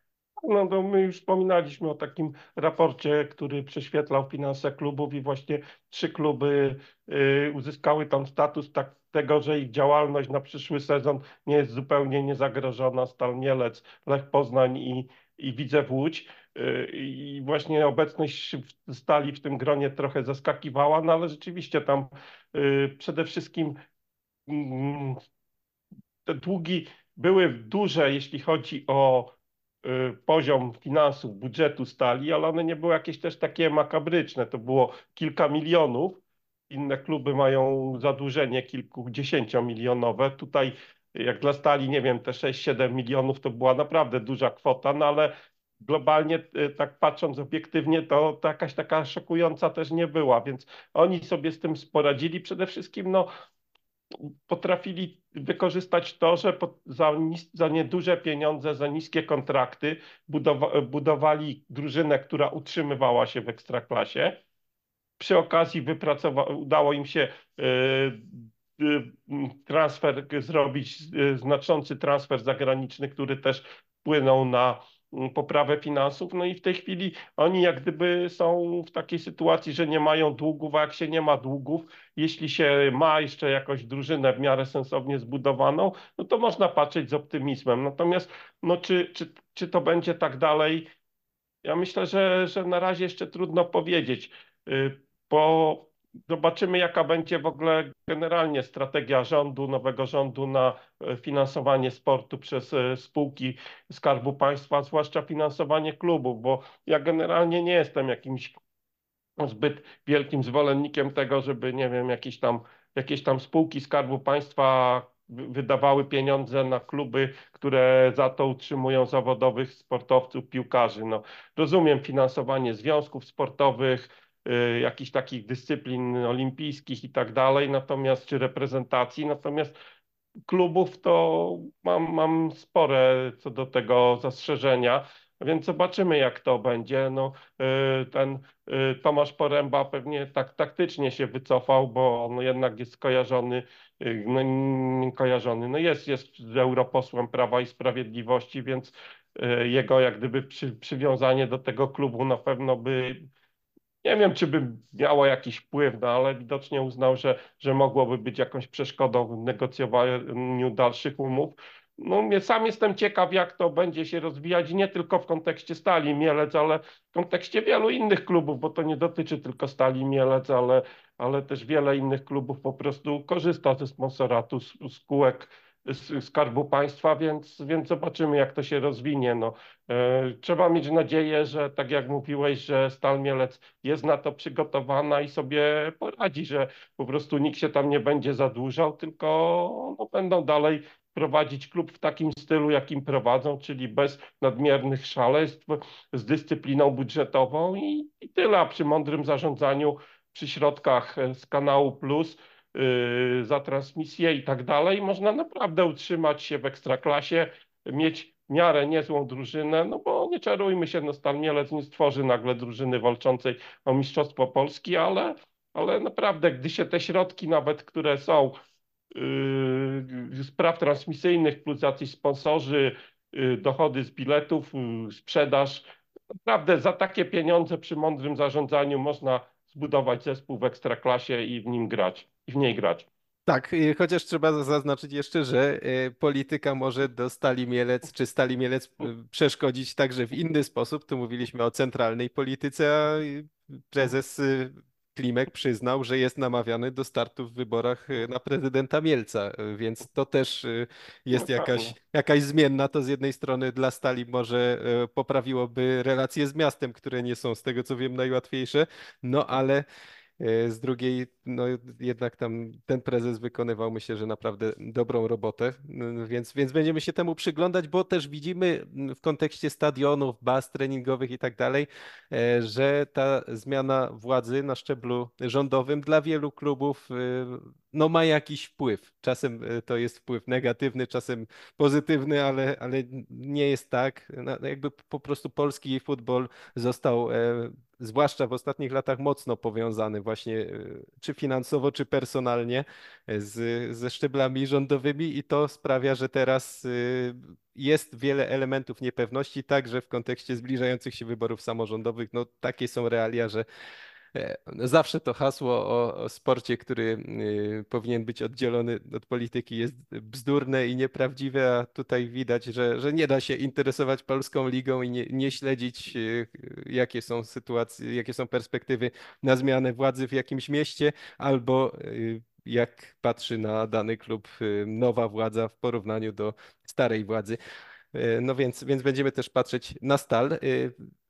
No to my już wspominaliśmy o takim raporcie, który prześwietlał finanse klubów i właśnie trzy kluby y, uzyskały tam status tak, tego, że ich działalność na przyszły sezon nie jest zupełnie niezagrożona. Stal Mielec, Lech Poznań i, i Widzew Łódź. Y, I właśnie obecność w- Stali w tym gronie trochę zaskakiwała, no ale rzeczywiście tam y, przede wszystkim mm, te długi były duże, jeśli chodzi o y, poziom finansów, budżetu Stali, ale one nie były jakieś też takie makabryczne. To było kilka milionów. Inne kluby mają zadłużenie kilkudziesięciomilionowe. Tutaj jak dla Stali, nie wiem, te sześć siedem milionów to była naprawdę duża kwota, no ale globalnie, y, tak patrząc obiektywnie, to, to jakaś taka szokująca też nie była, więc oni sobie z tym poradzili. Przede wszystkim no, potrafili wykorzystać to, że po, za, nis- za nieduże pieniądze, za niskie kontrakty budowa, budowali drużynę, która utrzymywała się w ekstraklasie. Przy okazji wypracowa- udało im się y, y, transfer zrobić, y, znaczący transfer zagraniczny, który też wpłynął na mm, poprawę finansów. No i w tej chwili oni jak gdyby są w takiej sytuacji, że nie mają długów, a jak się nie ma długów, jeśli się ma jeszcze jakąś drużynę w miarę sensownie zbudowaną, no to można patrzeć z optymizmem. Natomiast no czy, czy, czy to będzie tak dalej? Ja myślę, że, że na razie jeszcze trudno powiedzieć, y, bo zobaczymy, jaka będzie w ogóle generalnie strategia rządu, nowego rządu na e, finansowanie sportu przez e, spółki Skarbu Państwa, zwłaszcza finansowanie klubów, bo ja generalnie nie jestem jakimś zbyt wielkim zwolennikiem tego, żeby, nie wiem, jakieś tam, jakieś tam spółki Skarbu Państwa wy- wydawały pieniądze na kluby, które za to utrzymują zawodowych sportowców, piłkarzy. No, rozumiem finansowanie związków sportowych, y, jakichś takich dyscyplin olimpijskich i tak dalej, natomiast czy reprezentacji, natomiast klubów, to mam, mam spore co do tego zastrzeżenia, więc zobaczymy, jak to będzie. No, y, ten y, Tomasz Poręba pewnie tak taktycznie się wycofał, bo on jednak jest kojarzony, y, no nie kojarzony, no jest, jest europosłem Prawa i Sprawiedliwości, więc y, jego jak gdyby przy, przywiązanie do tego klubu na pewno by nie wiem, czy by miało jakiś wpływ, no ale widocznie uznał, że, że mogłoby być jakąś przeszkodą w negocjowaniu dalszych umów. No, mnie sam jestem ciekaw, jak to będzie się rozwijać, nie tylko w kontekście Stali Mielec, ale w kontekście wielu innych klubów, bo to nie dotyczy tylko Stali Mielec, ale, ale też wiele innych klubów po prostu korzysta ze sponsoratu z, spółek z Skarbu Państwa, więc, więc zobaczymy, jak to się rozwinie. No, e, trzeba mieć nadzieję, że tak jak mówiłeś, że Stal Mielec jest na to przygotowana i sobie poradzi, że po prostu nikt się tam nie będzie zadłużał, tylko no, będą dalej prowadzić klub w takim stylu, jakim prowadzą, czyli bez nadmiernych szaleństw, z dyscypliną budżetową i, i tyle. A przy mądrym zarządzaniu, przy środkach z kanału Plus, yy, za transmisję i tak dalej, można naprawdę utrzymać się w ekstraklasie, mieć w miarę niezłą drużynę, no bo nie czarujmy się, no Stal Mielec nie stworzy nagle drużyny walczącej o Mistrzostwo Polski, ale, ale naprawdę, gdy się te środki nawet, które są yy, z praw transmisyjnych plus jacyś sponsorzy, yy, dochody z biletów, yy, sprzedaż, naprawdę za takie pieniądze przy mądrym zarządzaniu można zbudować zespół w ekstraklasie i w nim grać, i w niej grać. Tak, y, chociaż trzeba zaznaczyć jeszcze, że y, polityka może do Stali Mielec czy Stali Mielec y, przeszkodzić także w inny sposób. Tu mówiliśmy o centralnej polityce, a y, prezes y, Klimek przyznał, że jest namawiany do startu w wyborach y, na prezydenta Mielca, y, więc to też y, No jest jakaś, pewnie. jakaś zmienna. To z jednej strony dla Stali może y, poprawiłoby relacje z miastem, które nie są z tego co wiem najłatwiejsze, no ale E, z drugiej, no jednak tam ten prezes wykonywał, myślę, że naprawdę dobrą robotę, N- więc, więc będziemy się temu przyglądać, bo też widzimy w kontekście stadionów, baz treningowych i tak dalej, e, że ta zmiana władzy na szczeblu rządowym dla wielu klubów e, no, ma jakiś wpływ. Czasem e, to jest wpływ negatywny, czasem pozytywny, ale, ale nie jest tak. No, jakby po prostu polski futbol został e, zwłaszcza w ostatnich latach mocno powiązany właśnie e, czy finansowo, czy personalnie e, z, ze szczeblami rządowymi i to sprawia, że teraz e, jest wiele elementów niepewności, także w kontekście zbliżających się wyborów samorządowych. No takie są realia, że E, zawsze to hasło o, o sporcie, który y, powinien być oddzielony od polityki, jest bzdurne i nieprawdziwe, a tutaj widać, że, że nie da się interesować polską ligą i nie, nie śledzić, y, jakie są sytuacje, jakie są perspektywy na zmianę władzy w jakimś mieście, albo y, jak patrzy na dany klub y, nowa władza w porównaniu do starej władzy. Y, No więc, więc będziemy też patrzeć na Stal. Y,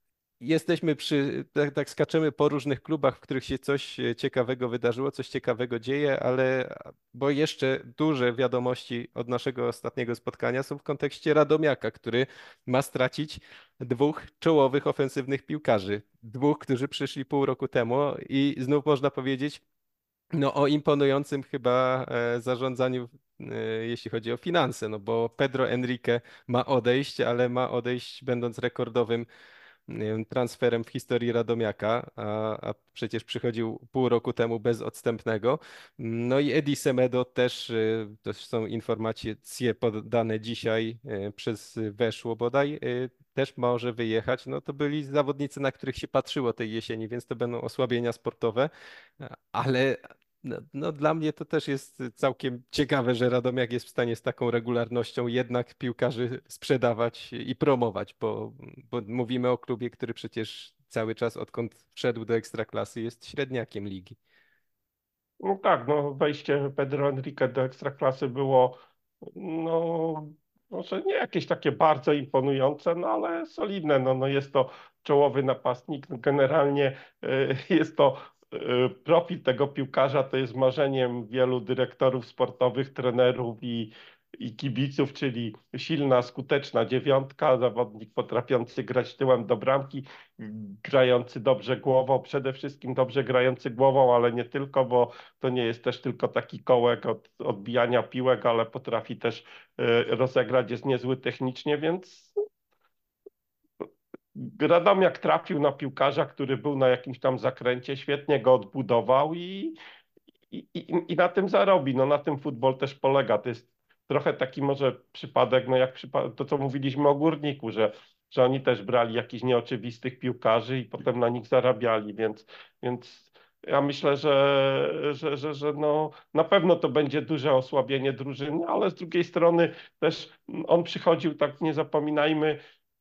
jesteśmy przy, tak, tak skaczemy po różnych klubach, w których się coś e, ciekawego wydarzyło, coś ciekawego dzieje, ale bo jeszcze duże wiadomości od naszego ostatniego spotkania są w kontekście Radomiaka, który ma stracić dwóch czołowych ofensywnych piłkarzy. Dwóch, którzy przyszli pół roku temu i znów można powiedzieć, no o imponującym chyba e, zarządzaniu, e, jeśli chodzi o finanse, no bo Pedro Enrique ma odejść, ale ma odejść będąc rekordowym nie wiem, transferem w historii Radomiaka, a, a przecież przychodził pół roku temu bez odstępnego. No i Edi Semedo też, y, to są informacje podane dzisiaj y, przez Weszło bodaj, y, też może wyjechać. No to byli zawodnicy, na których się patrzyło tej jesieni, więc to będą osłabienia sportowe, ale no, no dla mnie to też jest całkiem ciekawe, że Radomiak jest w stanie z taką regularnością jednak piłkarzy sprzedawać i promować, bo, bo mówimy o klubie, który przecież cały czas, odkąd wszedł do Ekstraklasy, jest średniakiem ligi. No tak, no wejście Pedro Enrique do Ekstraklasy było, no może nie jakieś takie bardzo imponujące, no ale solidne. No, no jest to czołowy napastnik. No, generalnie y, jest to y, profil tego piłkarza, to jest marzeniem wielu dyrektorów sportowych, trenerów i, i kibiców, czyli silna, skuteczna dziewiątka, zawodnik potrafiący grać tyłem do bramki, grający dobrze głową, przede wszystkim dobrze grający głową, ale nie tylko, bo to nie jest też tylko taki kołek od odbijania piłek, ale potrafi też y, rozegrać, jest niezły technicznie, więc Radomiak trafił na piłkarza, który był na jakimś tam zakręcie, świetnie go odbudował i, i, i, i na tym zarobi. No na tym futbol też polega. To jest trochę taki może przypadek, no jak przypa to, co mówiliśmy o Górniku, że, że oni też brali jakichś nieoczywistych piłkarzy i potem na nich zarabiali, więc, więc ja myślę, że, że, że, że no, na pewno to będzie duże osłabienie drużyny, ale z drugiej strony też on przychodził, tak nie zapominajmy,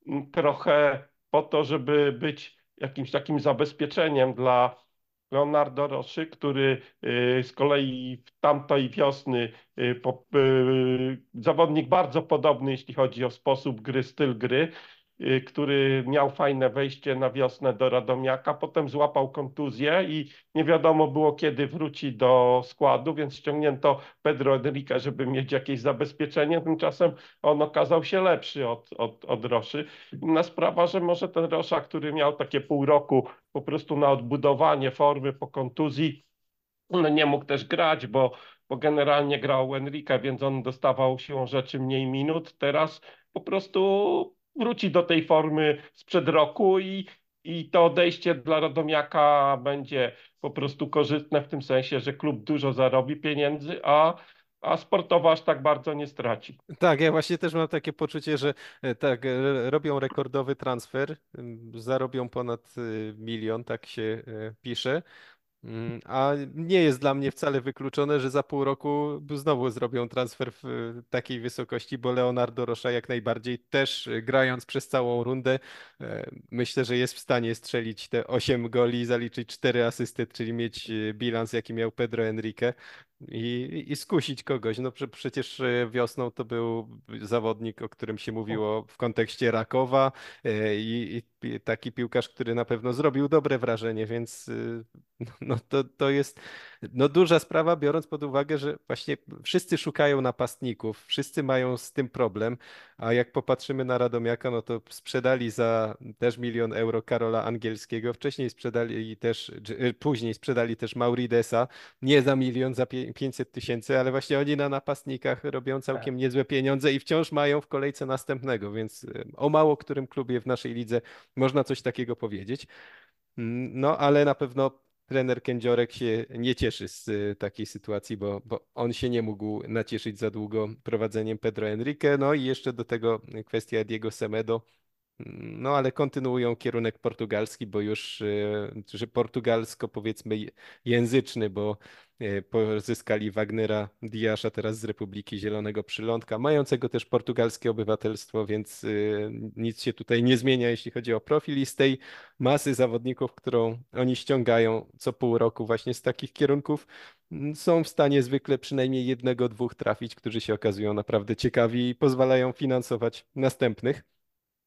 trochę po to, żeby być jakimś takim zabezpieczeniem dla Leonardo Rossi, który y, z kolei w tamtej wiosny y, po, y, zawodnik bardzo podobny, jeśli chodzi o sposób gry, styl gry, y, który miał fajne wejście na wiosnę do Radomiaka, potem złapał kontuzję i nie wiadomo było, kiedy wróci do składu, więc ściągnięto Pedro Enrique, żeby mieć jakieś zabezpieczenie. Tymczasem on okazał się lepszy od, od, od Roszy. Inna sprawa, że może ten Rosza, który miał takie pół roku po prostu na odbudowanie formy po kontuzji, no nie mógł też grać, bo, bo generalnie grał Enrique, więc on dostawał siłą rzeczy mniej minut. Teraz po prostu wróci do tej formy sprzed roku i, i to odejście dla Radomiaka będzie po prostu korzystne w tym sensie, że klub dużo zarobi pieniędzy, a, a sportowo aż tak bardzo nie straci. Tak, ja właśnie też mam takie poczucie, że e, tak, e, robią rekordowy transfer, ym, zarobią ponad y, milion, tak się e, pisze. Mm, A nie jest dla mnie wcale wykluczone, że za pół roku znowu zrobią transfer w e, takiej wysokości, bo Leonardo Rocha jak najbardziej też e, grając przez całą rundę, e, myślę, że jest w stanie strzelić te osiem goli, zaliczyć cztery asysty, czyli mieć e, bilans jaki miał Pedro Enrique i, i skusić kogoś. No prze, przecież e, wiosną to był zawodnik, o którym się mówiło w kontekście Rakowa e, i, i taki piłkarz, który na pewno zrobił dobre wrażenie, więc e, no to, to jest no duża sprawa, biorąc pod uwagę, że właśnie wszyscy szukają napastników, wszyscy mają z tym problem, a jak popatrzymy na Radomiaka, no to sprzedali za też milion euro Karola Angielskiego, wcześniej sprzedali też, czy, y, później sprzedali też Mauridesa, nie za milion, za pie- pięćset tysięcy, ale właśnie oni na napastnikach robią całkiem niezłe pieniądze i wciąż mają w kolejce następnego, więc y, o mało którym klubie w naszej lidze można coś takiego powiedzieć. Mm, No, ale na pewno trener Kędziorek się nie cieszy z y, takiej sytuacji, bo, bo on się nie mógł nacieszyć za długo prowadzeniem Pedro Enrique. No i jeszcze do tego kwestia Diego Semedo. No, ale kontynuują kierunek portugalski, bo już, e, że portugalsko powiedzmy języczny, bo e, pozyskali Wagnera Diasza teraz z Republiki Zielonego Przylądka, mającego też portugalskie obywatelstwo, więc e, nic się tutaj nie zmienia, jeśli chodzi o profil i z tej masy zawodników, którą oni ściągają co pół roku właśnie z takich kierunków, m, są w stanie zwykle przynajmniej jednego, dwóch trafić, którzy się okazują naprawdę ciekawi i pozwalają finansować następnych.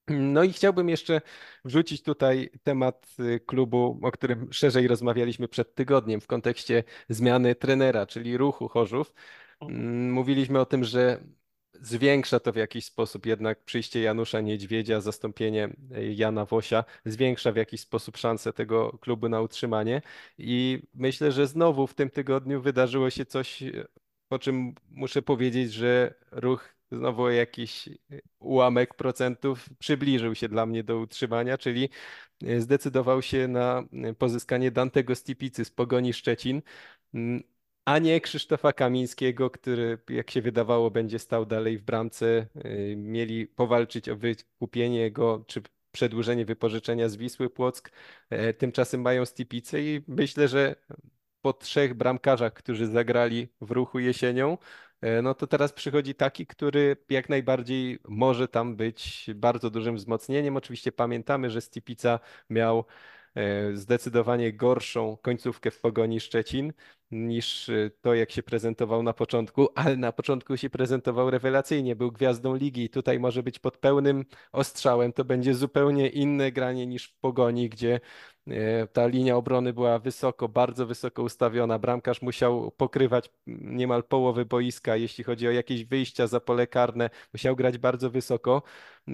No i chciałbym jeszcze wrzucić tutaj temat y, klubu, o którym szerzej rozmawialiśmy przed tygodniem w kontekście zmiany trenera, czyli Ruchu Chorzów. Mm, Mówiliśmy o tym, że zwiększa to w jakiś sposób jednak przyjście Janusza Niedźwiedzia, zastąpienie y, Jana Wosia, zwiększa w jakiś sposób szanse tego klubu na utrzymanie. I myślę, że znowu w tym tygodniu wydarzyło się coś, y, po czym muszę powiedzieć, że Ruch znowu o jakiś ułamek procentów przybliżył się dla mnie do utrzymania, czyli e, zdecydował się na e, pozyskanie Dantego Stipicy z Pogoni Szczecin, mm, a nie Krzysztofa Kamińskiego, który, jak się wydawało, będzie stał dalej w bramce. E, Mieli powalczyć o wykupienie go, czy przedłużenie wypożyczenia z Wisły Płock. E, Tymczasem mają Stipicę i myślę, że po trzech bramkarzach, którzy zagrali w Ruchu jesienią, e, no to teraz przychodzi taki, który jak najbardziej może tam być bardzo dużym wzmocnieniem. Oczywiście pamiętamy, że Stipica miał e, zdecydowanie gorszą końcówkę w Pogoni Szczecin niż e, to, jak się prezentował na początku, ale na początku się prezentował rewelacyjnie, był gwiazdą ligi i tutaj może być pod pełnym ostrzałem. To będzie zupełnie inne granie niż w Pogoni, gdzie e, ta linia obrony była wysoko, bardzo wysoko ustawiona. Bramkarz musiał pokrywać niemal połowę boiska, jeśli chodzi o jakieś wyjścia za pole karne, musiał grać bardzo wysoko. E,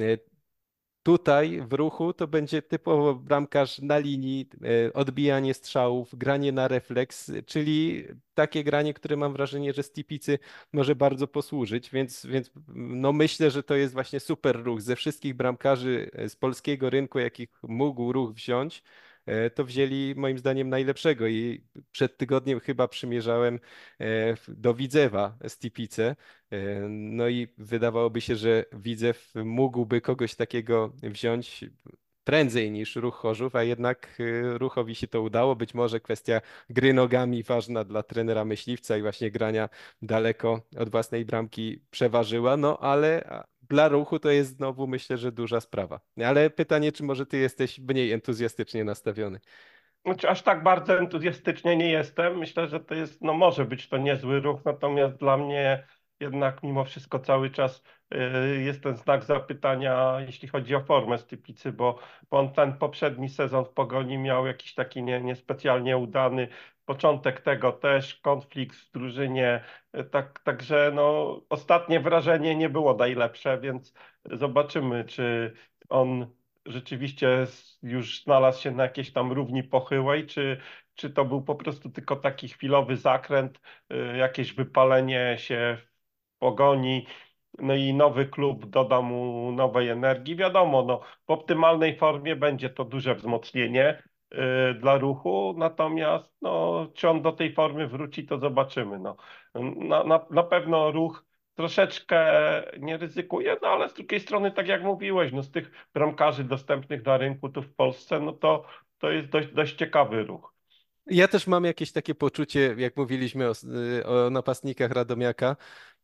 Tutaj w Ruchu to będzie typowo bramkarz na linii, e, odbijanie strzałów, granie na refleks, czyli takie granie, które mam wrażenie, że Stipicy może bardzo posłużyć, więc, więc no myślę, że to jest właśnie super Ruch. Ze wszystkich bramkarzy e, z polskiego rynku, jakich mógł Ruch wziąć, e, to wzięli moim zdaniem najlepszego i przed tygodniem chyba przymierzałem e, do Widzewa Stipicę. E, No i wydawałoby się, że Widzew mógłby kogoś takiego wziąć prędzej niż Ruch Chorzów, a jednak e, Ruchowi się to udało. Być może kwestia gry nogami ważna dla trenera myśliwca i właśnie grania daleko od własnej bramki przeważyła, no ale a, dla Ruchu to jest znowu myślę, że duża sprawa. Ale pytanie, czy może ty jesteś mniej entuzjastycznie nastawiony? Znaczy, aż tak bardzo entuzjastycznie nie jestem. Myślę, że to jest, no może być to niezły ruch, natomiast dla mnie jednak mimo wszystko cały czas y, jest ten znak zapytania, jeśli chodzi o formę Stypicy, bo, bo on ten poprzedni sezon w Pogoni miał jakiś taki nie, niespecjalnie udany. Początek tego też, konflikt w drużynie, y, tak, także no, ostatnie wrażenie nie było najlepsze, więc zobaczymy, czy on rzeczywiście już znalazł się na jakiejś tam równi pochyłej, czy, czy to był po prostu tylko taki chwilowy zakręt, y, jakieś wypalenie się w Pogoni, no i nowy klub doda mu nowej energii. Wiadomo, no, w optymalnej formie będzie to duże wzmocnienie y, dla Ruchu, natomiast no, czy on do tej formy wróci, to zobaczymy. No. Na, na, na pewno Ruch troszeczkę nie ryzykuje, no ale z drugiej strony, tak jak mówiłeś, no, z tych bramkarzy dostępnych na rynku tu w Polsce, no to, to jest dość, dość ciekawy ruch. Ja też mam jakieś takie poczucie, jak mówiliśmy o, o napastnikach Radomiaka,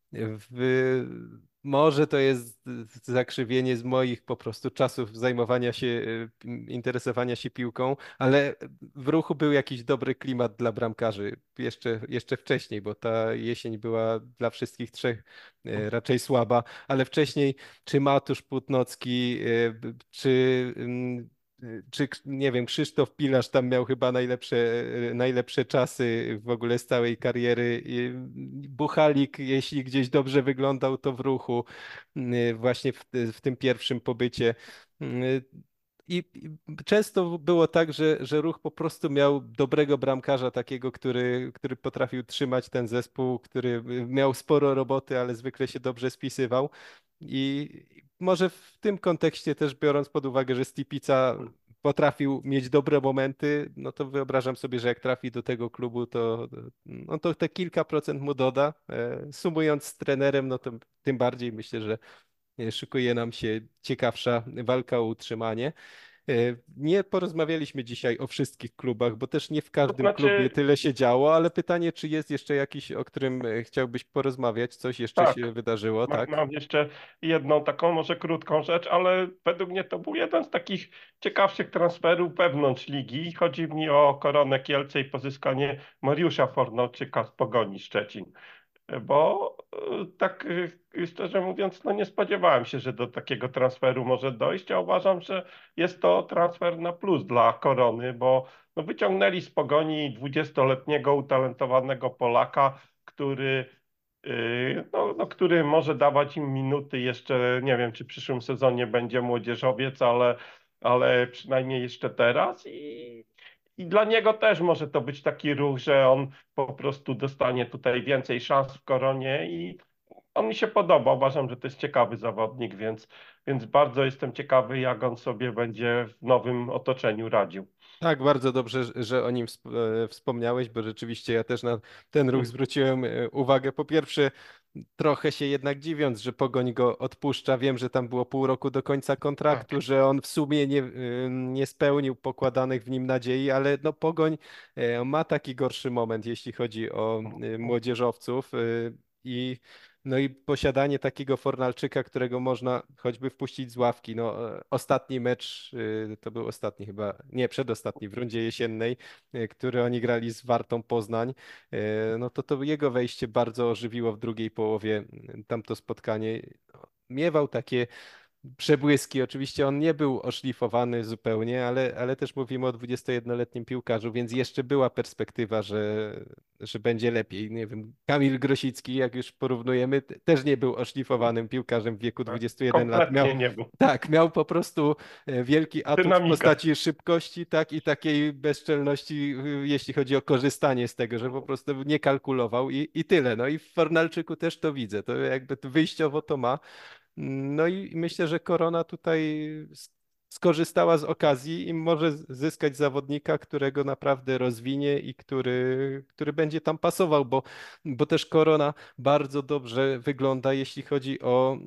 w, może to jest zakrzywienie z moich po prostu czasów zajmowania się, y, interesowania się piłką, ale w Ruchu był jakiś dobry klimat dla bramkarzy jeszcze, jeszcze wcześniej, bo ta jesień była dla wszystkich trzech y, raczej słaba, ale wcześniej czy Matusz Płótnocki, y, czy ym, czy nie wiem, Krzysztof Pilarz tam miał chyba najlepsze, najlepsze czasy w ogóle z całej kariery. I Buchalik, jeśli gdzieś dobrze wyglądał, to w Ruchu, y, właśnie w, w tym pierwszym pobycie. Y, I i często było tak, że, że Ruch po prostu miał dobrego bramkarza, takiego, który, który potrafił trzymać ten zespół, który miał sporo roboty, ale zwykle się dobrze spisywał. I może w tym kontekście też biorąc pod uwagę, że Stipica potrafił mieć dobre momenty, no to wyobrażam sobie, że jak trafi do tego klubu, to, no to te kilka procent mu doda. E, Sumując z trenerem, no to tym bardziej myślę, że e, szykuje nam się ciekawsza walka o utrzymanie. E, Nie porozmawialiśmy dzisiaj o wszystkich klubach, bo też nie w To każdym klubie znaczy, tyle się działo, ale pytanie, czy jest jeszcze jakiś, o którym e, chciałbyś porozmawiać, coś jeszcze się tak, wydarzyło, ma- tak? mam jeszcze jedną taką może krótką rzecz, ale według mnie to był jeden z takich ciekawszych transferów wewnątrz ligi. Chodzi mi o Koronę Kielce i pozyskanie Mariusza Fornalczyka z Pogoni Szczecin. bo e, tak e, szczerze mówiąc, no nie spodziewałem się, że do takiego transferu może dojść, a uważam, że jest to transfer na plus dla Korony, bo no wyciągnęli z Pogoni dwudziestoletniego utalentowanego Polaka, który Yy, no, no, który może dawać im minuty jeszcze, nie wiem, czy w przyszłym sezonie będzie młodzieżowiec, ale, ale przynajmniej jeszcze teraz i, i dla niego też może to być taki ruch, że on po prostu dostanie tutaj więcej szans w Koronie i on mi się podoba. Uważam, że to jest ciekawy zawodnik, więc, więc bardzo jestem ciekawy, jak on sobie będzie w nowym otoczeniu radził. Tak, bardzo dobrze, że że o nim wsp- e, wspomniałeś, bo rzeczywiście ja też na ten ruch zwróciłem e, uwagę. Po pierwsze, trochę się jednak dziwiąc, że Pogoń go odpuszcza. Wiem, że tam było pół roku do końca Tak. kontraktu, że on w sumie nie, y, nie spełnił pokładanych w nim nadziei, ale no Pogoń e, ma taki gorszy moment, jeśli chodzi o y, młodzieżowców. y, I no i posiadanie takiego Fornalczyka, którego można choćby wpuścić z ławki. No, e, ostatni mecz, y, to był ostatni chyba, nie, przedostatni w rundzie jesiennej, y, który oni grali z Wartą Poznań, y, no to to jego wejście bardzo ożywiło w drugiej połowie y, tamto spotkanie. Miewał takie przebłyski. Oczywiście on nie był oszlifowany zupełnie, ale, ale też mówimy o dwudziestojednoletnim piłkarzu, więc jeszcze była perspektywa, że, że będzie lepiej. Nie wiem, Kamil Grosicki, jak już porównujemy, te- też nie był oszlifowanym piłkarzem w wieku Tak. dwudziestu jeden lat. Miał, Kompletnie nie był. tak, miał po prostu e, wielki atut w Dynamika. postaci szybkości, tak, i takiej bezczelności, y, jeśli chodzi o korzystanie z tego, że po prostu nie kalkulował i, i tyle. No i w Fornalczyku też to widzę. To jakby to wyjściowo to ma. No i myślę, że Korona tutaj s- skorzystała z okazji i może z- zyskać zawodnika, którego naprawdę rozwinie i który, który będzie tam pasował, bo, bo też Korona bardzo dobrze wygląda, jeśli chodzi o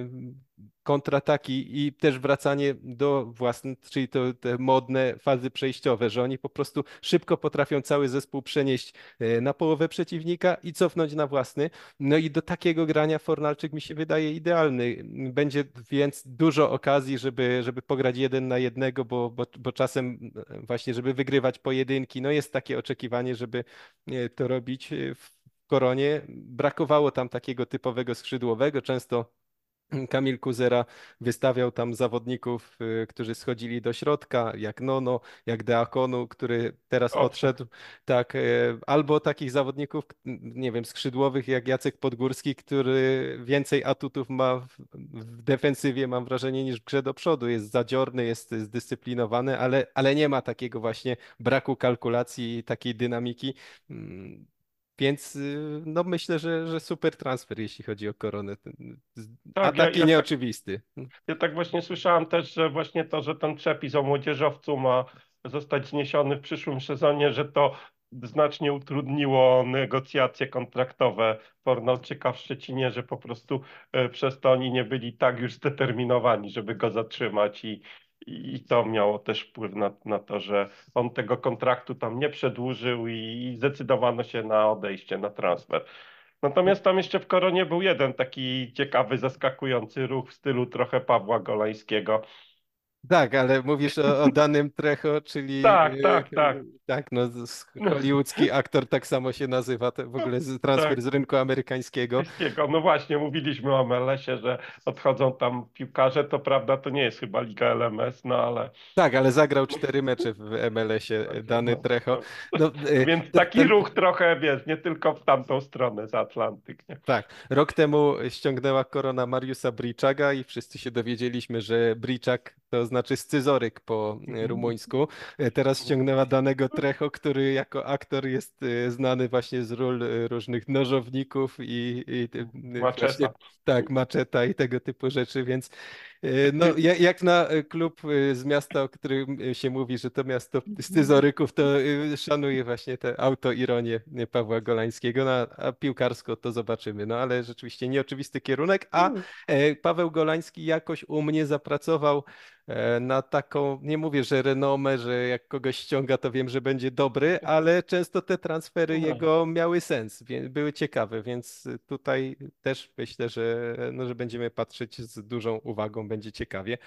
e, kontrataki i też wracanie do własnych, czyli to, te modne fazy przejściowe, że oni po prostu szybko potrafią cały zespół przenieść e, na połowę przeciwnika i cofnąć na własny. No i do takiego grania Fornalczyk mi się wydaje idealny. Będzie więc dużo okazji, żeby, żeby pograć jeden na jednego, bo, bo, bo czasem właśnie, żeby wygrywać pojedynki, no jest takie oczekiwanie, żeby e, to robić e, w Koronie. Brakowało tam takiego typowego skrzydłowego, często Kamil Kuzera wystawiał tam zawodników, y, którzy schodzili do środka, jak Nono, jak Deakonu, który teraz Odszedł. odszedł, tak, y, albo takich zawodników, k- nie wiem, skrzydłowych jak Jacek Podgórski, który więcej atutów ma w, w defensywie, mam wrażenie, niż w grze do przodu. Jest zadziorny, jest zdyscyplinowany, ale, ale nie ma takiego właśnie braku kalkulacji i takiej dynamiki. Mm, Więc y, no myślę, że, że super transfer, jeśli chodzi o Koronę. Ten- A Tak, ja, taki ja tak nieoczywisty. Ja tak właśnie słyszałem też, że właśnie to, że ten przepis o młodzieżowcu ma zostać zniesiony w przyszłym sezonie, że to znacznie utrudniło negocjacje kontraktowe Fornalczyka w Szczecinie, że po prostu e, przez to oni nie byli tak już zdeterminowani, żeby go zatrzymać i, i i to miało też wpływ na, na to, że on tego kontraktu tam nie przedłużył i, i zdecydowano się na odejście, na transfer. Natomiast tam jeszcze w Koronie był jeden taki ciekawy, zaskakujący ruch w stylu trochę Pawła Golańskiego. Tak, ale mówisz o, o danym Trejo, czyli Tak, yy, tak, tak. tak, no z- No, hollywoodzki aktor tak samo się nazywa, to w ogóle z, transfer tak. z rynku amerykańskiego. Wszystkiego. No właśnie, mówiliśmy o M L S-ie, że odchodzą tam piłkarze. To prawda, to nie jest chyba Liga L M S, no ale Tak, ale zagrał cztery mecze w M L S-ie dany no, Trejo. no. No, yy, Więc te- taki ten, ruch trochę, wiesz, nie tylko w tamtą stronę za Atlantyk, nie? Tak, rok temu ściągnęła korona Mariusza Briczaga i wszyscy się dowiedzieliśmy, że Briczak to znaczy scyzoryk po e, rumuńsku. E, Teraz ściągnęła danego Trejo, który jako aktor jest e, znany właśnie z ról e, różnych nożowników i, i e, właśnie Maczeta. tak, maczeta i tego typu rzeczy, więc e, no, ja- jak na e, klub e, z miasta, o którym e, się mówi, że to miasto scyzoryków, to e, szanuję właśnie tę autoironię e, Pawła Golańskiego, no, a a piłkarsko to zobaczymy. No ale rzeczywiście nieoczywisty kierunek, a e, Paweł Golański jakoś u mnie zapracował e, na taką, nie mówię, że renomę, że jak kogoś ściąga, to wiem, że będzie dobry, ale często te transfery No. jego miały sens, wie- były ciekawe, więc tutaj też myślę, że, no, że będziemy patrzeć z dużą uwagą, będzie ciekawie.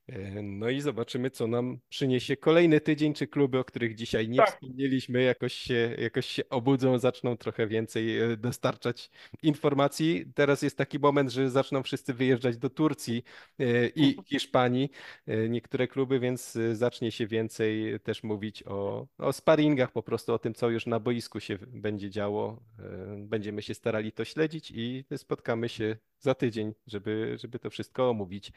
E, No i zobaczymy, co nam przyniesie kolejny tydzień, czy kluby, o których dzisiaj nie Tak, wspomnieliśmy, jakoś się, jakoś się obudzą, zaczną trochę więcej e, dostarczać informacji. Teraz jest taki moment, że zaczną wszyscy wyjeżdżać do Turcji e, i Hiszpanii, e, niektóre kluby, więc e, zacznie się więcej też mówić o, o sparingach, po prostu o tym, co już na boisku się będzie działo. E, Będziemy się starali to śledzić i spotkamy się za tydzień, żeby, żeby to wszystko omówić.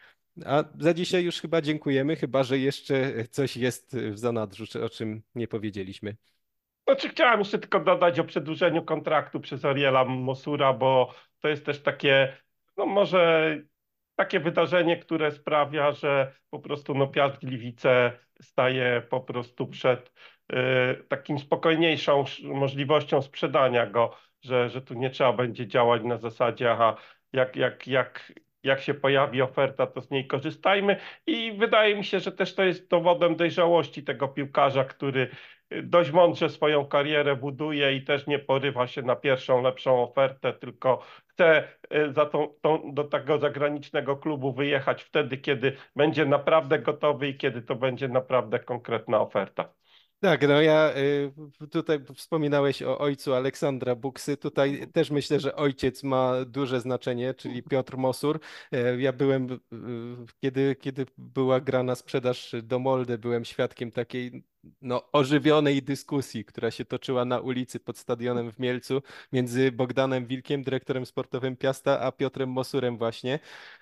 A za dzisiaj już chyba dziękujemy, chyba że jeszcze coś jest w zanadrzu, czy o czym nie powiedzieliśmy. znaczy chciałem jeszcze tylko dodać o przedłużeniu kontraktu przez Ariela Mosura, bo to jest też takie, no może takie wydarzenie, które sprawia, że po prostu no Piast Gliwice staje po prostu przed y, takim spokojniejszą sz- możliwością sprzedania go, że, że tu nie trzeba będzie działać na zasadzie, aha, jak, jak, jak, jak się pojawi oferta, to z niej korzystajmy. I wydaje mi się, że też to jest dowodem dojrzałości tego piłkarza, który dość mądrze swoją karierę buduje i też nie porywa się na pierwszą lepszą ofertę, tylko chce y, za tą, tą, do tego zagranicznego klubu wyjechać wtedy, kiedy będzie naprawdę gotowy i kiedy to będzie naprawdę konkretna oferta. Tak, no ja y, tutaj wspominałeś o ojcu Aleksandra Buksy. Tutaj też myślę, że ojciec ma duże znaczenie, czyli Piotr Mosur. E, Ja byłem, y, kiedy, kiedy była grana sprzedaż do Molde, byłem świadkiem takiej no, ożywionej dyskusji, która się toczyła na ulicy pod stadionem w Mielcu między Bogdanem Wilkiem, dyrektorem sportowym Piasta, a Piotrem Mosurem właśnie.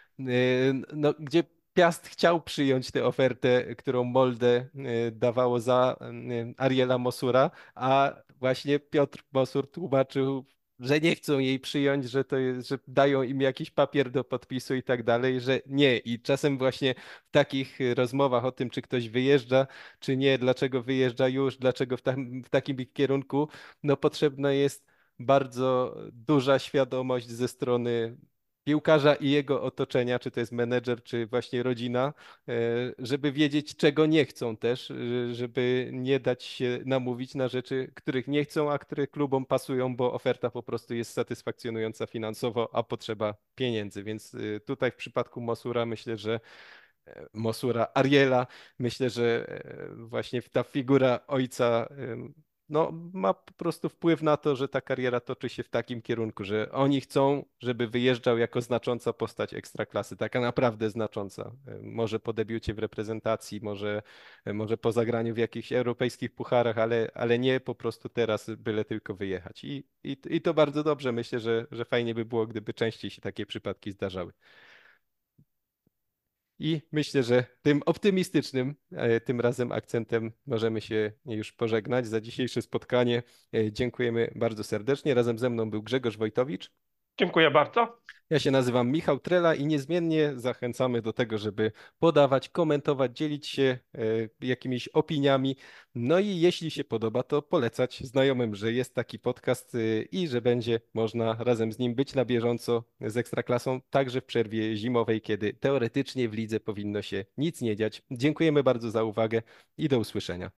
Y, no, gdzie Piast chciał przyjąć tę ofertę, którą Molde y, dawało za y, Ariela Mosura, a właśnie Piotr Mosur tłumaczył, że nie chcą jej przyjąć, że to jest, że dają im jakiś papier do podpisu i tak dalej, że nie. I czasem właśnie w takich rozmowach o tym, czy ktoś wyjeżdża, czy nie, dlaczego wyjeżdża już, dlaczego w, tam, w takim kierunku, no potrzebna jest bardzo duża świadomość ze strony piłkarza i jego otoczenia, czy to jest menedżer, czy właśnie rodzina, e, żeby wiedzieć, czego nie chcą też, e, żeby nie dać się namówić na rzeczy, których nie chcą, a które klubom pasują, bo oferta po prostu jest satysfakcjonująca finansowo, a potrzeba pieniędzy. Więc e, tutaj w przypadku Mosura myślę, że e, Mosura Ariela, myślę, że e, właśnie ta figura ojca em, no, ma po prostu wpływ na to, że ta kariera toczy się w takim kierunku, że oni chcą, żeby wyjeżdżał jako znacząca postać ekstraklasy, taka naprawdę znacząca. E, Może po debiucie w reprezentacji, może, e, może po zagraniu w jakichś europejskich pucharach, ale, ale nie po prostu teraz byle tylko wyjechać. I, i, i to bardzo dobrze. Myślę, że, że fajnie by było, gdyby częściej się takie przypadki zdarzały. I myślę, że tym optymistycznym, e, tym razem akcentem możemy się już pożegnać za dzisiejsze spotkanie. E, Dziękujemy bardzo serdecznie. Razem ze mną był Grzegorz Wojtowicz. Dziękuję bardzo. Ja się nazywam Michał Trela i niezmiennie zachęcamy do tego, żeby podawać, komentować, dzielić się e, jakimiś opiniami. No i jeśli się podoba, to polecać znajomym, że jest taki podcast e, i że będzie można razem z nim być na bieżąco z Ekstraklasą, także w przerwie zimowej, kiedy teoretycznie w lidze powinno się nic nie dziać. Dziękujemy bardzo za uwagę i do usłyszenia.